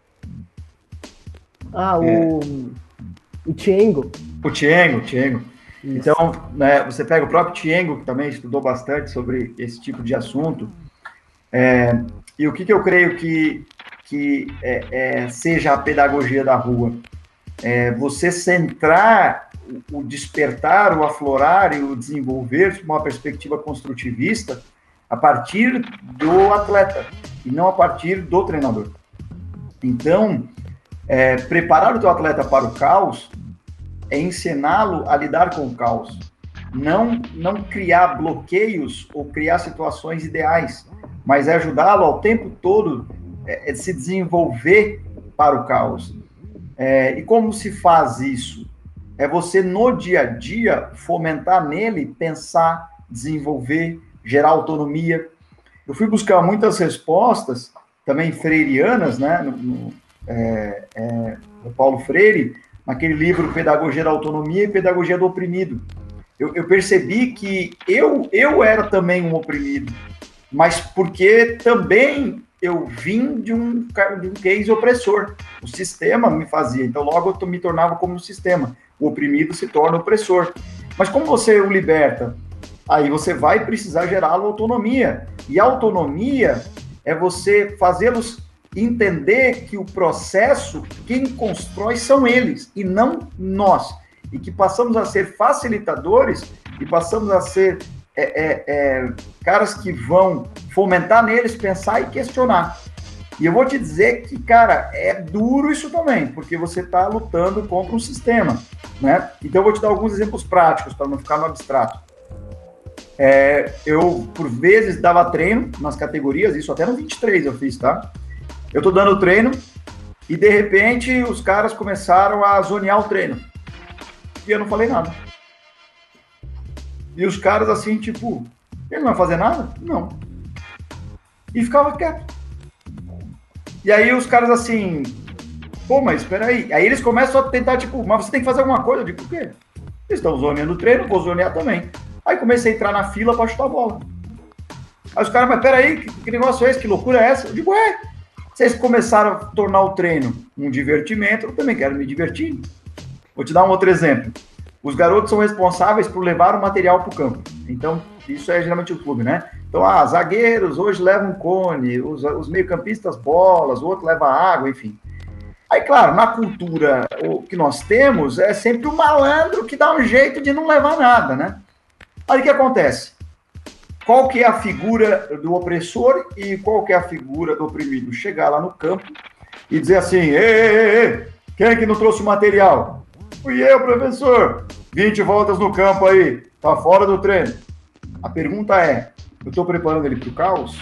O Thiengo. O Thiengo. Isso. Então, né, você pega o próprio Thiengo, que também estudou bastante sobre esse tipo de assunto. E o que eu creio que seja a pedagogia da rua? Você centrar o despertar, o aflorar e o desenvolver uma perspectiva construtivista a partir do atleta e não a partir do treinador. Então, preparar o teu atleta para o caos é ensiná-lo a lidar com o caos, não criar bloqueios ou criar situações ideais, mas é ajudá-lo ao tempo todo a se desenvolver para o caos. E como se faz isso? É você, no dia a dia, fomentar nele, pensar, desenvolver, gerar autonomia. Eu fui buscar muitas respostas, também freirianas, né, do Paulo Freire, naquele livro Pedagogia da Autonomia e Pedagogia do Oprimido. Eu percebi que eu era também um oprimido, mas porque também eu vim de um case opressor. O sistema me fazia, então logo eu me tornava como um sistema. O oprimido se torna opressor. Mas como você o liberta? Aí você vai precisar gerar autonomia. E a autonomia é você fazê-los entender que o processo, quem constrói são eles, e não nós. E que passamos a ser facilitadores e passamos a ser caras que vão fomentar neles, pensar e questionar. E eu vou te dizer que, cara, é duro isso também, porque você está lutando contra um sistema, né? Então eu vou te dar alguns exemplos práticos, para não ficar no abstrato. Eu, por vezes, dava treino nas categorias, isso até no 23 eu fiz, tá? Eu tô dando treino e, de repente, os caras começaram a zonear o treino. E eu não falei nada. E os caras, assim, tipo, ele não vai fazer nada? Não. E ficava quieto. E aí os caras, assim, pô, mas espera aí. Aí eles começam a tentar, tipo, mas você tem que fazer alguma coisa. Eu digo, por quê? Eles estão zoneando o treino, vou zonear também. Aí comecei a entrar na fila para chutar a bola. Aí os caras, mas peraí, que negócio é esse? Que loucura é essa? Eu digo, vocês começaram a tornar o treino um divertimento, eu também quero me divertir. Vou te dar um outro exemplo. Os garotos são responsáveis por levar o material para o campo. Então, isso é geralmente o clube, né? Então, zagueiros hoje levam cone, os meio-campistas bolas, o outro leva água, enfim. Aí, claro, na cultura o que nós temos é sempre o malandro que dá um jeito de não levar nada, né? Aí o que acontece? Qual que é a figura do opressor e qual que é a figura do oprimido? Chegar lá no campo e dizer assim, ei, quem é que não trouxe o material? Fui eu, professor. 20 voltas no campo aí, tá fora do treino. A pergunta é, eu estou preparando ele para o caos?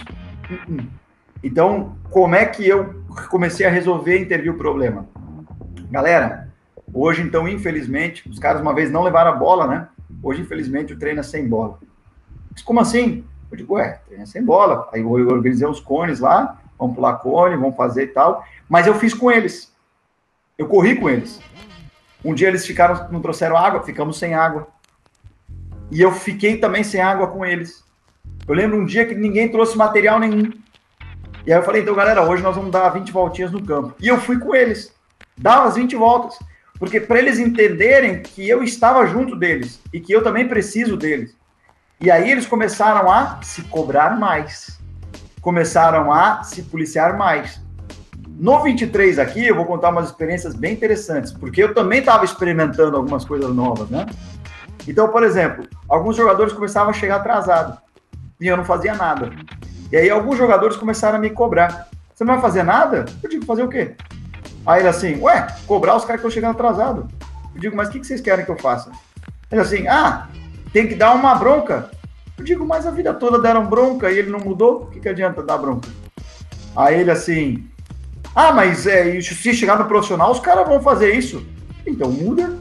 Então, como é que eu comecei a resolver e intervir o problema? Galera, hoje, então, infelizmente, os caras uma vez não levaram a bola, né? Hoje, infelizmente, o treino é sem bola. Mas como assim? Eu digo, treino é sem bola. Aí eu organizei os cones lá, vamos pular cone, vamos fazer e tal. Mas eu fiz com eles. Eu corri com eles. Um dia eles não trouxeram água, ficamos sem água. E eu fiquei também sem água com eles. Eu lembro um dia que ninguém trouxe material nenhum. E aí eu falei, então, galera, hoje nós vamos dar 20 voltinhas no campo. E eu fui com eles. Dava as 20 voltas. Porque para eles entenderem que eu estava junto deles e que eu também preciso deles. E aí eles começaram a se cobrar mais. Começaram a se policiar mais. No 23 aqui, eu vou contar umas experiências bem interessantes, porque eu também estava experimentando algumas coisas novas, né? Então, por exemplo, alguns jogadores começavam a chegar atrasados e eu não fazia nada. E aí alguns jogadores começaram a me cobrar. Você não vai fazer nada? Eu digo, fazer o quê? Aí ele assim, cobrar os caras que estão chegando atrasados. Eu digo, mas o que vocês querem que eu faça? Ele assim, tem que dar uma bronca. Eu digo, mas a vida toda deram bronca e ele não mudou? O que adianta dar bronca? Aí ele assim, mas se chegar no profissional, os caras vão fazer isso. Então muda.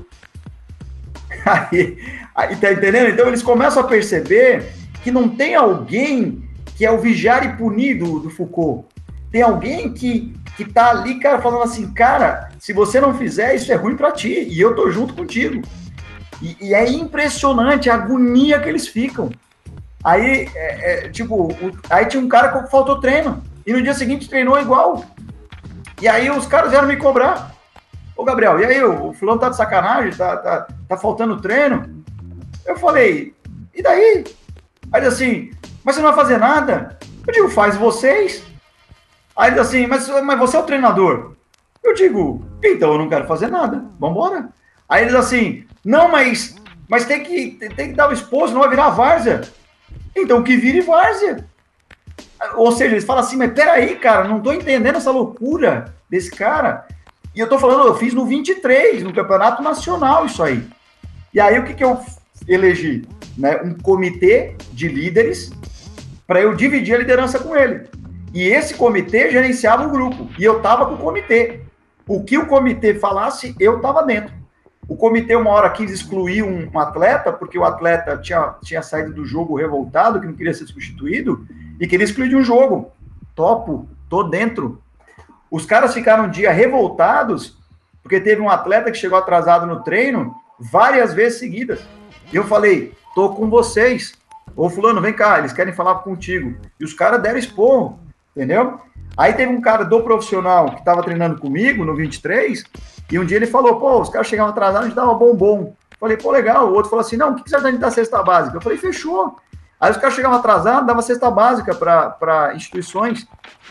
Aí tá entendendo? Então eles começam a perceber que não tem alguém que é o vigiar e punir do Foucault. Tem alguém que tá ali, cara, falando assim, cara, se você não fizer, isso é ruim pra ti, e eu tô junto contigo. E é impressionante a agonia que eles ficam. Aí, aí tinha um cara que faltou treino, e no dia seguinte treinou igual. E aí os caras vieram me cobrar. Ô, Gabriel, e aí, o fulano tá de sacanagem, tá faltando treino? Eu falei, e daí? Aí ele assim, mas você não vai fazer nada? Eu digo, faz vocês. Aí ele assim, mas você é o treinador. Eu digo, então eu não quero fazer nada, vambora. Aí eles assim, não, mas tem que dar o esposo, não vai virar várzea. Então que vire várzea. Ou seja, eles falam assim, mas peraí, cara, não tô entendendo essa loucura desse cara. E eu tô falando, eu fiz no 23, no Campeonato Nacional isso aí. E aí o que eu elegi? Né? Um comitê de líderes para eu dividir a liderança com ele. E esse comitê gerenciava o grupo. E eu tava com o comitê. O que o comitê falasse, eu tava dentro. O comitê, uma hora, quis excluir um atleta, porque o atleta tinha saído do jogo revoltado, que não queria ser substituído, e queria excluir de um jogo. Topo, tô dentro. Os caras ficaram um dia revoltados, porque teve um atleta que chegou atrasado no treino várias vezes seguidas. E eu falei, tô com vocês. Ô, fulano, vem cá, eles querem falar contigo. E os caras deram esporro, entendeu? Aí teve um cara do profissional que estava treinando comigo no 23, e um dia ele falou, pô, os caras chegavam atrasados, a gente dava bombom. Falei, pô, legal. O outro falou assim, não, o que você vai dar cesta básica? Eu falei, fechou. Aí os caras chegavam atrasados, dava cesta básica para instituições.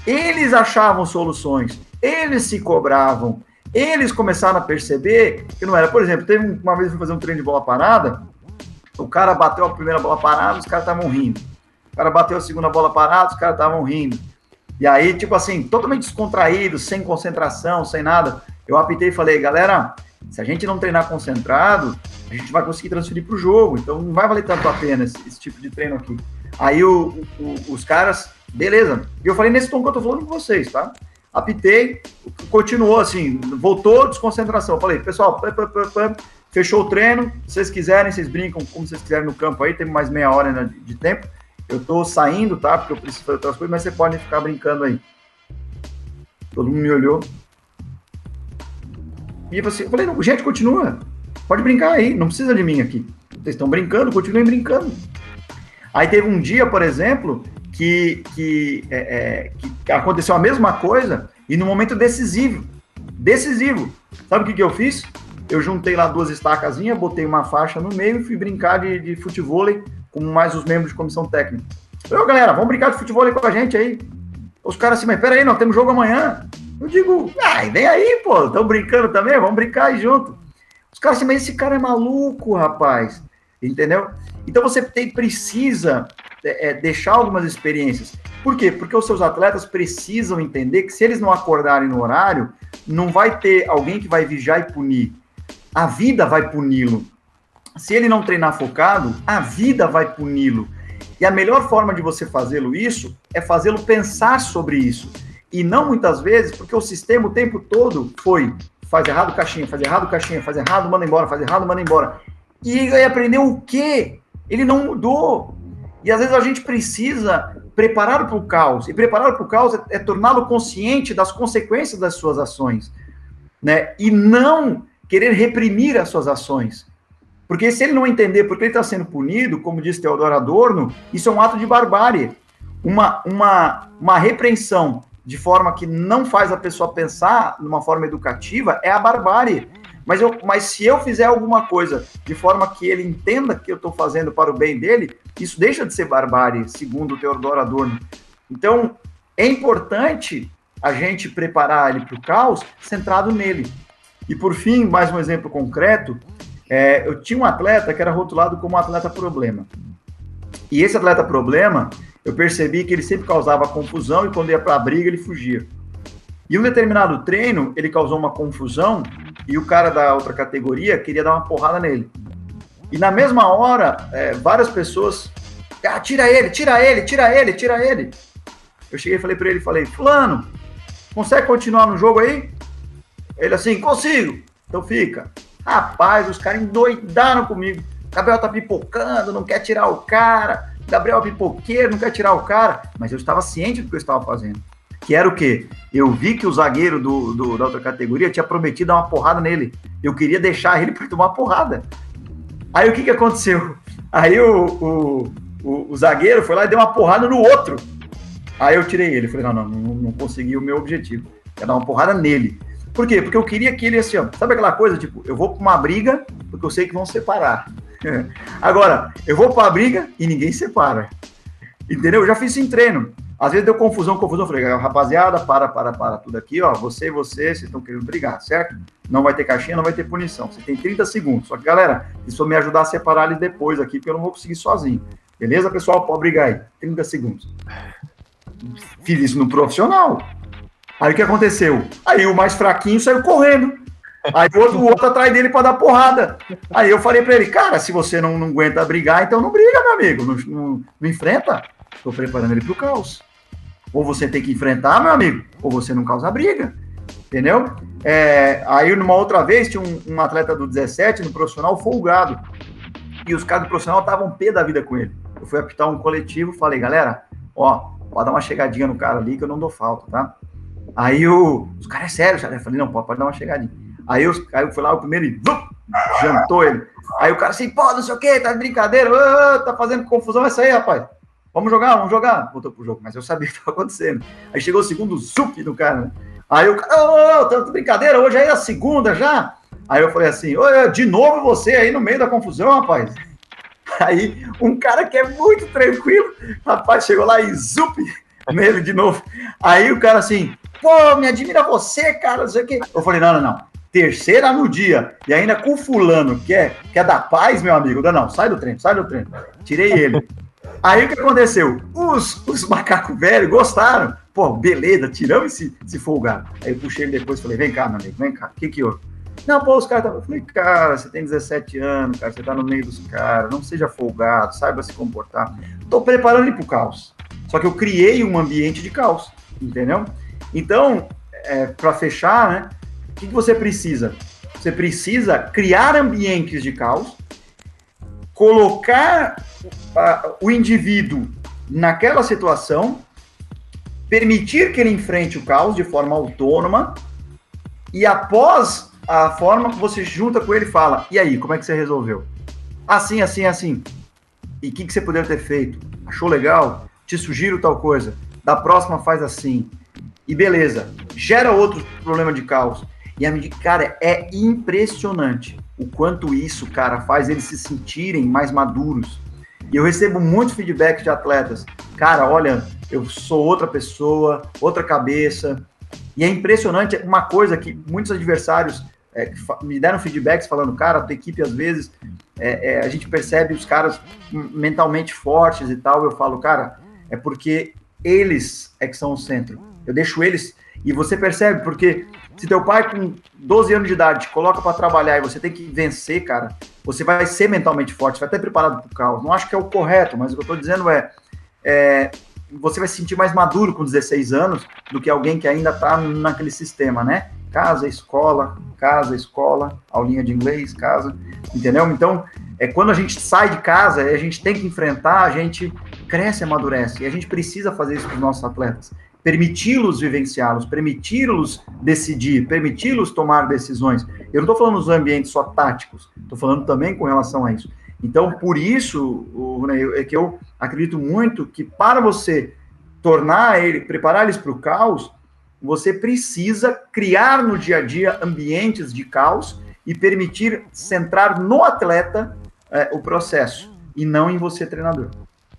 eles achavam soluções, eles se cobravam, eles começaram a perceber que não era. Por exemplo, teve uma vez eu fui fazer um treino de bola parada, o cara bateu a primeira bola parada, os caras estavam rindo. O cara bateu a segunda bola parada, os caras estavam rindo. E aí, tipo assim, totalmente descontraído, sem concentração, sem nada. Eu apitei e falei, galera, se a gente não treinar concentrado, a gente vai conseguir transferir para o jogo. Então não vai valer tanto a pena esse tipo de treino aqui. Aí os caras, beleza. E eu falei nesse tom que eu tô falando com vocês, tá? Apitei, continuou assim, voltou desconcentração. Eu falei, pessoal, fechou o treino. Se vocês quiserem, vocês brincam como vocês quiserem no campo aí, tem mais meia hora, né, de tempo. Eu tô saindo, tá? Porque eu preciso fazer outras coisas, mas vocês podem ficar brincando aí. Todo mundo me olhou. E eu falei, não, gente, continua. Pode brincar aí, não precisa de mim aqui. Vocês estão brincando, continuem brincando. Aí teve um dia, por exemplo, que aconteceu a mesma coisa e no momento decisivo. Sabe o que eu fiz? Eu juntei lá 2 estacazinhas, botei uma faixa no meio e fui brincar de futevôlei com mais os membros de comissão técnica. Falei, galera, vamos brincar de futevôlei com a gente aí. Os caras assim, mas peraí, nós temos jogo amanhã. Eu digo, vem aí, pô, estão brincando também, vamos brincar aí junto. Os caras assim, mas esse cara é maluco, rapaz. Entendeu? Então você precisa deixar algumas experiências. Por quê? Porque os seus atletas precisam entender que se eles não acordarem no horário, não vai ter alguém que vai vigiar e punir. A vida vai puni-lo. Se ele não treinar focado, a vida vai puni-lo. E a melhor forma de você fazê-lo isso é fazê-lo pensar sobre isso. E não muitas vezes, porque o sistema o tempo todo foi faz errado, caixinha, faz errado, caixinha, faz errado, manda embora, faz errado, manda embora. E ele aprendeu o quê? Ele não mudou. E às vezes a gente precisa preparar para o caos. E preparar para o caos é torná-lo consciente das consequências das suas ações, né? E não querer reprimir as suas ações. Porque se ele não entender porque ele está sendo punido, como diz Theodor Adorno, isso é um ato de barbárie. Uma repreensão de forma que não faz a pessoa pensar numa forma educativa é a barbárie. Mas se eu fizer alguma coisa de forma que ele entenda que eu estou fazendo para o bem dele, isso deixa de ser barbárie, segundo o Theodor Adorno. Então, é importante a gente preparar ele para o caos centrado nele. E, por fim, mais um exemplo concreto, eu tinha um atleta que era rotulado como um atleta problema. E esse atleta problema, eu percebi que ele sempre causava confusão e quando ia para a briga ele fugia. E um determinado treino, ele causou uma confusão e o cara da outra categoria queria dar uma porrada nele. E na mesma hora, várias pessoas, tira ele. Eu cheguei e falei para ele, fulano, consegue continuar no jogo aí? Ele assim, consigo. Então fica. Rapaz, os caras endoidaram comigo. Gabriel tá pipocando, não quer tirar o cara. Gabriel pipoqueiro, não quer tirar o cara. Mas eu estava ciente do que eu estava fazendo. Que era o quê? Eu vi que o zagueiro da outra categoria tinha prometido dar uma porrada nele. Eu queria deixar ele para tomar uma porrada. Aí o que aconteceu? Aí o zagueiro foi lá e deu uma porrada no outro. Aí eu tirei ele. Falei, não consegui o meu objetivo. Ia dar uma porrada nele. Por quê? Porque eu queria que ele, assim, ó, sabe aquela coisa, tipo, eu vou para uma briga porque eu sei que vão separar. Agora, eu vou para a briga e ninguém separa. Entendeu? Eu já fiz isso em treino. Às vezes deu confusão. Eu falei, rapaziada, para tudo aqui, ó, vocês estão querendo brigar, certo? Não vai ter caixinha, não vai ter punição. Você tem 30 segundos. Só que, galera, isso vai me ajudar a separar eles depois aqui, porque eu não vou conseguir sozinho. Beleza, pessoal? Pode brigar aí. 30 segundos. Fiz isso no profissional. Aí o que aconteceu? Aí o mais fraquinho saiu correndo. Aí o outro atrás dele para dar porrada. Aí eu falei para ele, cara, se você não aguenta brigar, então não briga, meu amigo. Não enfrenta. Estou preparando ele para o caos. Ou você tem que enfrentar, meu amigo, ou você não causa briga. Entendeu? Aí numa outra vez tinha um atleta do 17 no profissional folgado. E os caras do profissional estavam pé da vida com ele. Eu fui apitar um coletivo, falei, galera, ó, pode dar uma chegadinha no cara ali que eu não dou falta, tá? Aí os caras, sério, eu falei, não, pode dar uma chegadinha. Aí eu fui lá o primeiro e jantou ele. Aí o cara assim, pô, não sei o que, tá de brincadeira, tá fazendo confusão essa aí, rapaz. Vamos jogar. Voltou pro jogo, mas eu sabia o que estava acontecendo. Aí chegou o segundo zup do cara, né? Aí o cara, tá de brincadeira, hoje aí é a segunda já. Aí eu falei assim, de novo você aí no meio da confusão, rapaz. Aí um cara que é muito tranquilo, rapaz, chegou lá e zup, nele de novo. Aí o cara assim, pô, me admira você, cara, não sei o quê. Eu falei, não. Terceira no dia, e ainda com o fulano, que é da paz, meu amigo. Não, sai do treino. Tirei ele. Aí o que aconteceu? Os macacos velhos gostaram. Pô, beleza, tiramos esse folgado. Aí eu puxei ele depois e falei, vem cá, meu amigo, vem cá, o que houve? Não, pô, os caras estavam... Eu falei, cara, você tem 17 anos, cara, você tá no meio dos caras, não seja folgado, saiba se comportar. Tô preparando ele pro caos. Só que eu criei um ambiente de caos, entendeu? Então, para fechar, né, o que você precisa? Você precisa criar ambientes de caos, colocar o indivíduo naquela situação, permitir que ele enfrente o caos de forma autônoma, e após a forma que você junta com ele e fala, e aí, como é que você resolveu? Assim. E o que você poderia ter feito? Achou legal? Te sugiro tal coisa. Da próxima faz assim. E beleza, gera outro problema de caos. E a medida, cara, é impressionante o quanto isso, cara, faz eles se sentirem mais maduros. E eu recebo muito feedback de atletas. Cara, olha, eu sou outra pessoa, outra cabeça. E é impressionante, uma coisa que muitos adversários me deram feedbacks falando, cara, a tua equipe às vezes, a gente percebe os caras mentalmente fortes e tal. Eu falo, cara, é porque eles é que são o centro. Eu deixo eles... E você percebe, porque se teu pai com 12 anos de idade te coloca para trabalhar e você tem que vencer, cara, você vai ser mentalmente forte, vai estar preparado para o caos. Não acho que é o correto, mas o que eu estou dizendo você vai se sentir mais maduro com 16 anos do que alguém que ainda está naquele sistema, né? Casa, escola, aulinha de inglês, casa, entendeu? Então, quando a gente sai de casa, a gente tem que enfrentar, a gente cresce, amadurece, e a gente precisa fazer isso com os nossos atletas. Permiti-los vivenciá-los, permiti-los decidir, permiti-los tomar decisões. Eu não estou falando nos ambientes só táticos, estou falando também com relação a isso. Então, por isso, é que eu acredito muito que para você preparar eles para o caos, você precisa criar no dia a dia ambientes de caos e permitir centrar no atleta o processo, e não em você, treinador.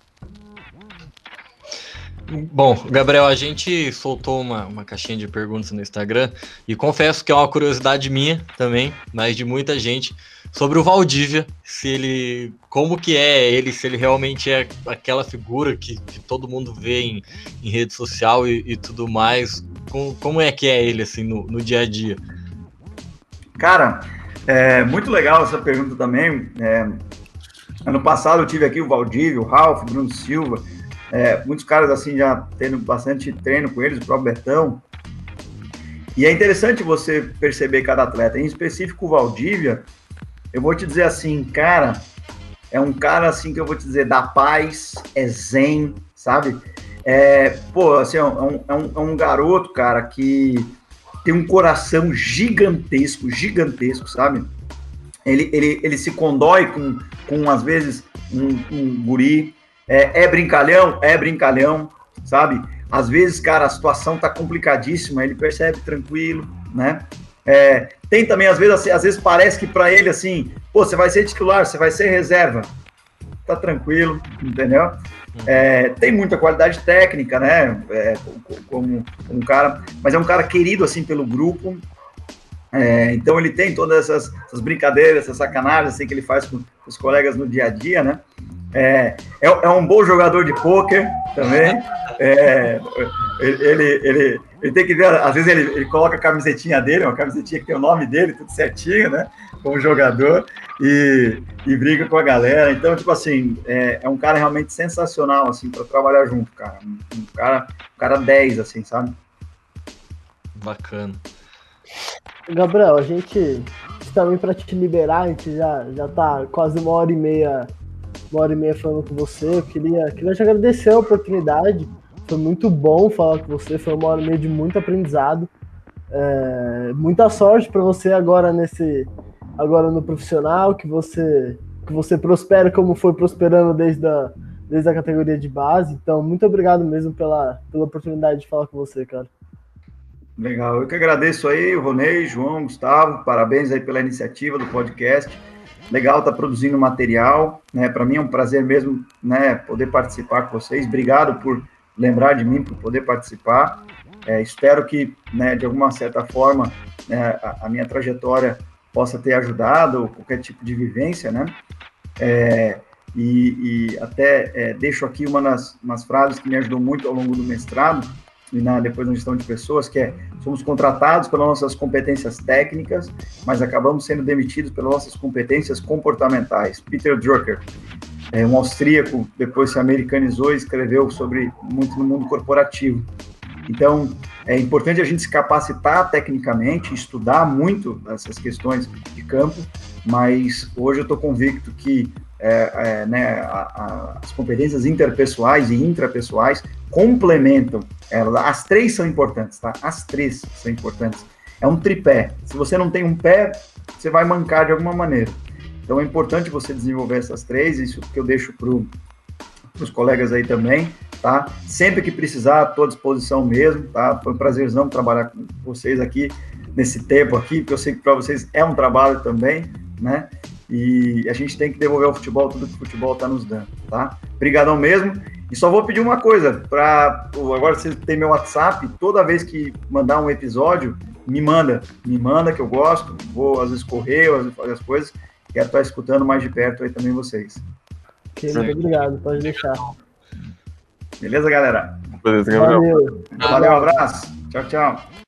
Bom, Gabriel, a gente soltou uma caixinha de perguntas no Instagram e confesso que é uma curiosidade minha também, mas de muita gente, sobre o Valdívia, como que é ele, se ele realmente é aquela figura que todo mundo vê em rede social e tudo mais. Como é que é ele assim no dia a dia? Cara, muito legal essa pergunta também. Ano passado eu tive aqui o Valdívia, o Ralf, o Bruno Silva, muitos caras assim já tendo bastante treino com eles, o próprio Betão. E é interessante você perceber cada atleta. Em específico o Valdívia, eu vou te dizer assim, cara, é um cara assim que eu vou te dizer da paz, é zen, sabe? Assim, é um garoto, cara, que tem um coração gigantesco, sabe? Ele se condói com às vezes, um guri. Brincalhão, sabe? Às vezes, cara, a situação tá complicadíssima, ele percebe tranquilo, né? Tem também, às vezes parece que para ele, assim, pô, você vai ser titular, você vai ser reserva, tá tranquilo, entendeu? Tem muita qualidade técnica, né? Como um cara, mas é um cara querido, assim, pelo grupo. Então ele tem todas essas brincadeiras, essas sacanagens, assim, que ele faz com os colegas no dia a dia, né? É um bom jogador de pôquer também. Ele tem que ver, às vezes ele coloca a camisetinha dele, uma camisetinha que tem o nome dele, tudo certinho, né? Como jogador, e briga com a galera. Então, tipo assim, é um cara realmente sensacional, assim, para trabalhar junto, cara. Um cara 10, assim, sabe? Bacana. Gabriel, a gente também, para te liberar, a gente já tá quase uma hora e meia falando com você. Eu queria te agradecer a oportunidade. Foi muito bom falar com você, foi uma hora e meia de muito aprendizado. Muita sorte para você agora no profissional, que você prospere como foi prosperando desde a categoria de base. Então, muito obrigado mesmo pela oportunidade de falar com você, cara. Legal, eu que agradeço aí, Ronei, João, Gustavo, parabéns aí pela iniciativa do podcast. Legal tá produzindo material, né? Para mim é um prazer mesmo, né, poder participar com vocês. Obrigado por lembrar de mim para poder participar. Espero que, né, de alguma certa forma, a minha trajetória possa ter ajudado, qualquer tipo de vivência, né? E até deixo aqui umas frases que me ajudou muito ao longo do mestrado, e depois na gestão de pessoas, que somos contratados pelas nossas competências técnicas, mas acabamos sendo demitidos pelas nossas competências comportamentais. Peter Drucker, um austríaco, depois se americanizou e escreveu sobre muito no mundo corporativo. Então, é importante a gente se capacitar tecnicamente, estudar muito essas questões de campo, mas hoje eu estou convicto que as competências interpessoais e intrapessoais complementam elas. As três são importantes, tá? As três são importantes. É um tripé. Se você não tem um pé, você vai mancar de alguma maneira. Então, é importante você desenvolver essas três, isso que eu deixo para os colegas aí também, tá? Sempre que precisar, estou à disposição mesmo, tá? Foi um prazerzão trabalhar com vocês aqui, nesse tempo aqui, porque eu sei que para vocês é um trabalho também, né? E a gente tem que devolver ao futebol tudo que o futebol está nos dando, tá? Obrigadão mesmo. E só vou pedir uma coisa, agora você tem meu WhatsApp, toda vez que mandar um episódio, me manda que eu gosto, vou às vezes correr, às vezes fazer as coisas, quero estar escutando mais de perto aí também vocês. Ok, muito obrigado, pode deixar. Beleza, galera? Beleza, Gabriel. Valeu. Valeu, um abraço. Tchau, tchau.